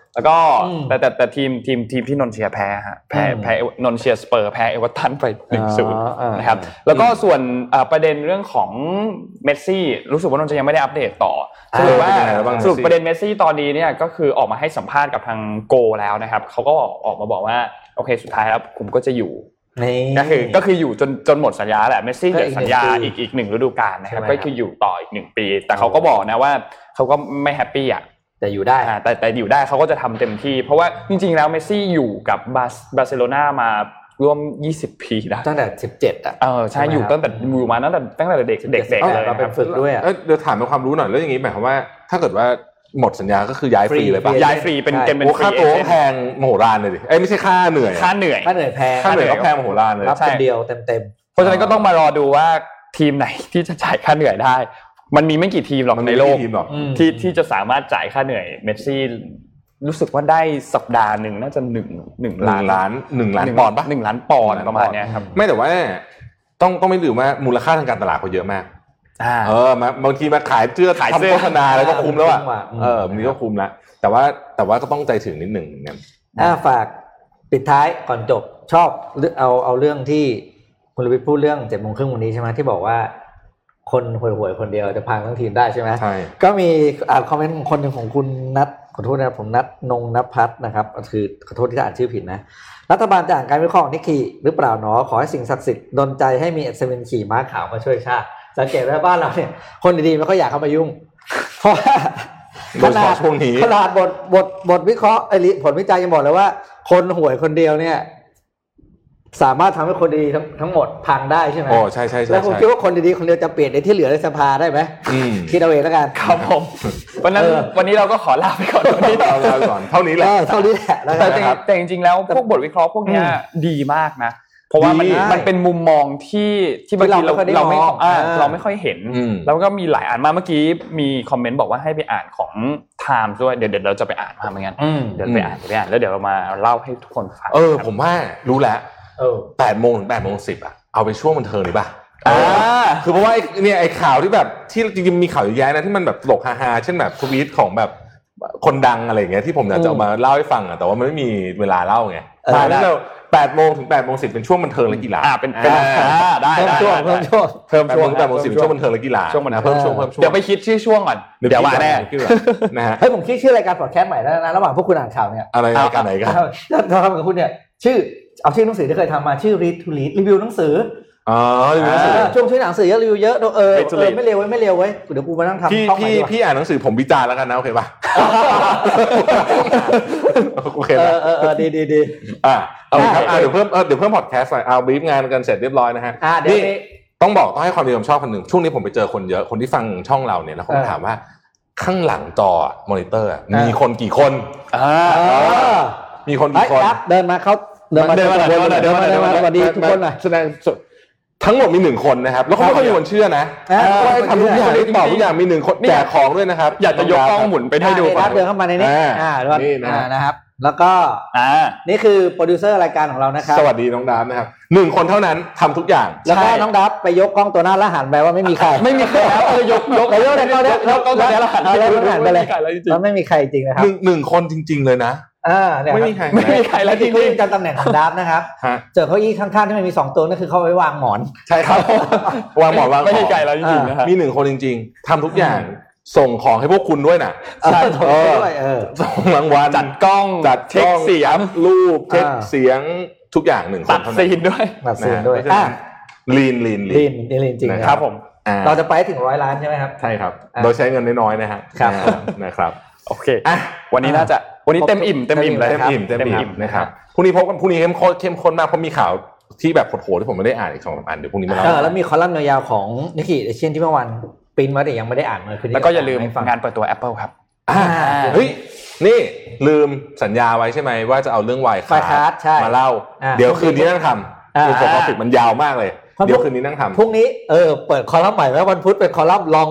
แล้วก็แต่แต่แต่ทีมทีมทีมที่นนท์เชียร์แพ้ฮะแพ้แพ้นนท์เชียร์สเปอร์แพ้เอเวอร์ตันไป หนึ่งศูนย์ นะครับแล้วก็ส่วนประเด็นเรื่องของเมสซี่รู้สึกว่านนท์จะยังไม่ได้อัปเดตต่อสรุปว่าสรุปประเด็นเมสซี่ตอนนี้เนี่ยก็คือออกมาให้สัมภาษณ์กับทางโกแล้วนะครับเขาก็ออกมาบอกว่าโอเคสุดท้ายแล้วผมก็จะอยู่ก็คือก็คืออยู่จนจนหมดสัญญาแหละเมสซี่เหลือสัญญาอีกอีกหนึ่งฤดูกาลนะครับก็คืออยู่ต่ออีกหนึ่งปีแต่เขาก็บอกนะว่าเขาก็ไม่แฮปปี้อ่ะแต่อยู่ได้แต่แต่อยู่ได้เขาก็จะทำเต็มที่เพราะว่าจริงๆแล้วเมสซี่อยู่กับบาร์เซโลนามาร่วมยี่สิบปีแล้วตั้งแต่สิบเจ็ดอ่ะเออใช่อยู่ตั้งแต่อยู่มาตั้งแต่ตั้งแต่เด็กเด็กๆเลยเราเป็นฝึกด้วยอ่ะเดี๋ยวถามเป็นความรู้หน่อยแล้วอย่างงี้หมายความว่าถ้าเกิดว่าหมดสัญญาก็คือย้ายฟรีเลยป่ะย้ายฟรีเป็นเกมเป็นฟรีค่าตัวแพงมโหฬารเลยดิเอ้ยไม่ใช่ค่าเหนื่อยค่าเหนื่อยค่าเหนื่อยแพงค่าเหนื่อยก็แพงมโหฬารเลยรับคนเดียวเต็มๆเพราะฉะนั้นก็ต้องมารอดูว่าทีมไหนที่จะจ่ายค่าเหนื่อยได้มันมีไม่กี่ทีมหรอกในโลกที่ที่จะสามารถจ่ายค่าเหนื่อยเมสซี่รู้สึกว่าได้สัปดาห์นึงน่าจะหนึ่ง หนึ่งล้านล้านหนึ่งล้านปอนด์ป่ะหนึ่งล้านปอนด์ประมาณเนี้ยครับไม่แต่ว่าต้องต้องไม่ลืมว่ามูลค่าทางการตลาดเขาเยอะมากเออมาบางทีมาขายเสื้อทำโฆษณาแล้วก็คุ้มแล้วอ่ะเออมันก็คุ้มแล้วแต่ว่าแต่ว่าก็ต้องใจถึงนิดนึงเหมือนกันอ่าฝากปิดท้ายก่อนจบชอบเอาเอาเรื่องที่คุณลวิทย์พูดเรื่อง เจ็ดโมงครึ่ง วันนี้ใช่ไหมที่บอกว่าคนห่วยๆคนเดียวจะพังทั้งทีมได้ใช่ไหมใช่ก็มีอ่านคอมเมนต์ของคนหนึ่งของคุณนัทขอโทษนะผมนัทนงนภัทรนะครับคือขอโทษที่อ่านชื่อผิดนะรัฐบาลจะอ่านการวิเคราะห์นิกกี้หรือเปล่าหนอขอให้สิ่งศักดิ์สิทธิ์ดลใจให้มีอัศวินขี่ม้าขาวมาช่วยชาติสังเกตว่าบ้านเราเนี่ยคนดีๆไม่ค่อยอยากเข้ามายุ่งเพราะว่าขนาดช่วงนี้ขนาดบทบทบทวิเคราะห์ไอ้ผลวิจัยยังบอกเลยว่าคนห่วยคนเดียวเนี่ยสามารถทำให้คนดีทั้งทั้งหมดพังได้ใช่ไหมโอ้ใช่ใช่ใช่แล้วผมคิดว่าคนดีๆคนเดียวจะเปลี่ยนในที่เหลือในสภาได้ไหมคิดเอาเองแล้วกันครับผมวันนั้นวันนี้เราก็ขอลาไปก่อนวันนี้เราลาก่อนเท่านี้แหละเท่านี้แหละแต่แต่จริงๆแล้วพวกบทวิเคราะห์พวกนี้ดีมากนะเพราะว่ามันมันเป็นมุมมองที่ที่บางทีเราเราไม่เราไม่ค่อยเห็นแล้วก็มีหลายอ่านมาเมื่อกี้มีคอมเมนต์บอกว่าให้ไปอ่านของ Time ด้วยเดี๋ยวเดี๋ยวเราจะไปอ่านมาเหมือนกันเดี๋ยวไปอ่านไปอ่านแล้วเดี๋ยวเรามาเล่าให้ทุกคนฟังเออผมว่ารู้แล้วเออ แปดโมง ถึง แปดโมงสิบ อ่ะเอาไปช่วงบันเทิงดีป่ะอ่าคือเพราะว่าเนี่ยไอ้ข่าวที่แบบที่จริงๆมีข่าวเยอะแยะนะที่มันแบบตลกฮาๆเช่นแบบทวีตของแบบคนดังอะไรอย่างเงี้ยที่ผมอยากจะเอามาเล่าให้ฟังอ่ะแต่ว่ามันไม่มีเวลาเล่าไงอ่าแล้วเรา แปดโมง ถึง แปดโมงสิบ เป็นช่วงบันเทิงและกีฬาอ่าเป็นเป็นอ่าได้ๆเพิ่มช่วงเพิ่มช่วงเพิ่มช่วงแปดโมง สิบ ช่วงบันเทิงและกีฬาช่วงนะเพิ่มช่วงเพิ่มช่วงเดี๋ยวไปคิดชื่อช่วงก่อนเดี๋ยวมาแน่นะฮะเฮ้ยผมคิดชื่อรายการพอดแคสต์ใหม่แล้วนะระหว่างพวกคุณอ่านข่าวเนี่ยอะไรรายการไหนกันเราทำกับคุณเนี่ยชื่อเอาชื่อหนังสือที่เคยทำมาชื่อ read to read รีวิวหนังสืออ๋อรีวิวหนังสือช่วงชื่อหนังสือเยอะรีวิวเยอะเออเออไม่เร็วไว้ไม่เร็วไว้เดี๋ยวกูมานั่งทำพี่พี่พี่อ่านหนังสือผมวิจารณ์แล้วกันนะโอเคป่ะโอเคป่ะเออเออดีดีดีอ่ะเอาครับอ่ะเดี๋ยวเพิ่มเดี๋ยวเพิ่มพอดแคสต์หน่อยเอาบรีฟงานกันเสร็จเรียบร้อยนะฮะนี่ต้องบอกต้องให้ความดีผมชอบคนหนึ่งช่วงนี้ผมไปเจอคนเยอะคนที่ฟังช่องเราเนี่ยแล้วเขาถามว่าข้างหลังจอมอนิเตอร์มีคนกี่คนอ่ามีคนกี่คนเดินมาเขาเดินมาเดินมาเดินมาเดินมาเดินมาสวัสดีทุกคนหน่อยแสดงทั้งหมดมีหนึ่งคนนะครับแล้วเขาไม่ค่อยมีคนเชื่อนะว่าทำทุกอย่างได้ตอบทุกอย่างมีหนึ่งคนแจกของด้วยนะครับอยากจะยกกล้องหมุนไปให้ดูครับเดินเข้ามาในนี้อ่านี่นะครับแล้วก็อ่านี่คือโปรดิวเซอร์รายการของเรานะครับสวัสดีน้องดาฟนะครับหนึ่งคนเท่านั้นทำทุกอย่างแล้วก็น้องดาฟไปยกกล้องตัวหน้าแล้วหันไปว่าไม่มีใครไม่มีใครครับเออยกยกยกในกล้องเนี้ยยกกล้องตัวนี้แล้วหันไปแล้วหันไปเลยแล้วไม่มีใครจริงนะครับหนึ่งหนึ่งคนจริงๆเลยนะอ่าเนี่ยไม่มีใครไม่มีใครแล้วจริงๆการตำแหน่งของดาฟนะครับเจอเก้าอี้ข้างๆที่มันมีสองตัวนั่นคือเขาไว้วางหมอนใช่ครับวางหมอนวางไม่มีใครแล้วจริงๆนะครับมีหนึ่งคนจริงๆทำทุกอย่างส่งของให้พวกคุณด้วยนะใช่ด้วยเออส่งรางวัลจัดกล้องจัดเช็คเสียงรูปเช็คเสียงทุกอย่างหนึ่งคนตัดซีนด้วยตัดซีนด้วยอ่ะลีนลีนลีนลีนจริงนะครับผมเราจะไปถึงร้อยล้านใช่ไหมครับใช่ครับโดยใช้เงินน้อยๆนะฮะนะครับโอเคอ่ะวันนี้น่าจะวันนี้เต็มอิ่มเต็มอิ่มเลยเต็มอิ่มเต็มอิ่มนะครับพรุ่งนี้พบกันพรุ่งนี้เข้มข้นเข้มข้นมากเพราะมีข่าวที่แบบโหดๆที่ผมไม่ได้อ่านอีกสองสามอันเดี๋ยวพรุ่งนี้มาเล่าเออแล้วมีคอลัมน์ยาวๆของนิกกี้เอเชียนที่เมื่อวานปริ้นมาแต่ยังไม่ได้อ่านเลยแล้วก็อย่าลืมงานเปิดตัว Apple ครับอ่าเฮ้ยนี่ลืมสัญญาไว้ใช่ไหมว่าจะเอาเรื่องวายคาร์ดมาเล่าเดี๋ยวคืนนี้นั่งทำคือปกติมันยาวมากเลยเดี๋ยวคืนนี้นั่งทำพรุ่งนี้เออเปิดคอลัมน์ใหม่แล้ววันพุธเป็นคอลัมน์ลองรีด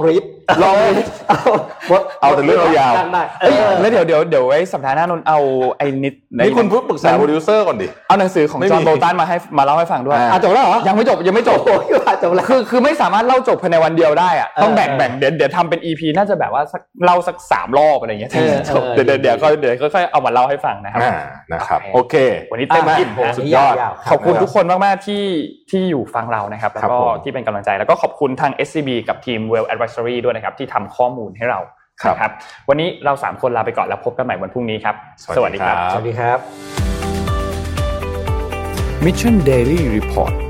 ลองเอาเอาแต่เรื่องยาวได้แล้วเดี๋ยวเดี๋ยวเดี๋ยวไว้สัปดาห์หน้านนเอาไอ้นิดนี่คุณพูดปรึกษาโปรดิวเซอร์ก่อนดิเอาหนังสือของจอห์นโบตันมาให้มาเล่าให้ฟังด้วยอ่ะจบแล้วเหรอยังไม่จบยังไม่จบโอ้ยว่าจบแล้วคือคือไม่สามารถเล่าจบภายในวันเดียวได้อะต้องแบ่งแบ่งเดี๋ยวเดี๋ยวทำเป็น อี พี น่าจะแบบว่าสักเล่าสักสามรอบอะไรอย่างเงี้ยเดี๋ยวเดี๋ยวก็เดี๋ยวค่อยๆเอามาเล่าให้ฟังนะครับนะครับโอเควันนี้เต็มอิ่มสุดยอดขอบคุณทุกคนมากๆที่ที่อยู่ฟังเรานะครับแล้วก็ที่เป็นกำลังใจแล้วก็ขอบคุณทาง เอส ซี บี กับทีม Well Advisory ด้วยนะครับที่ทำข้อมูลให้เราครับวันนี้เราสามคนลาไปก่อนแล้วพบกันใหม่วันพรุ่งนี้ครับสวัสดีครับสวัสดีครับ Mission Daily Report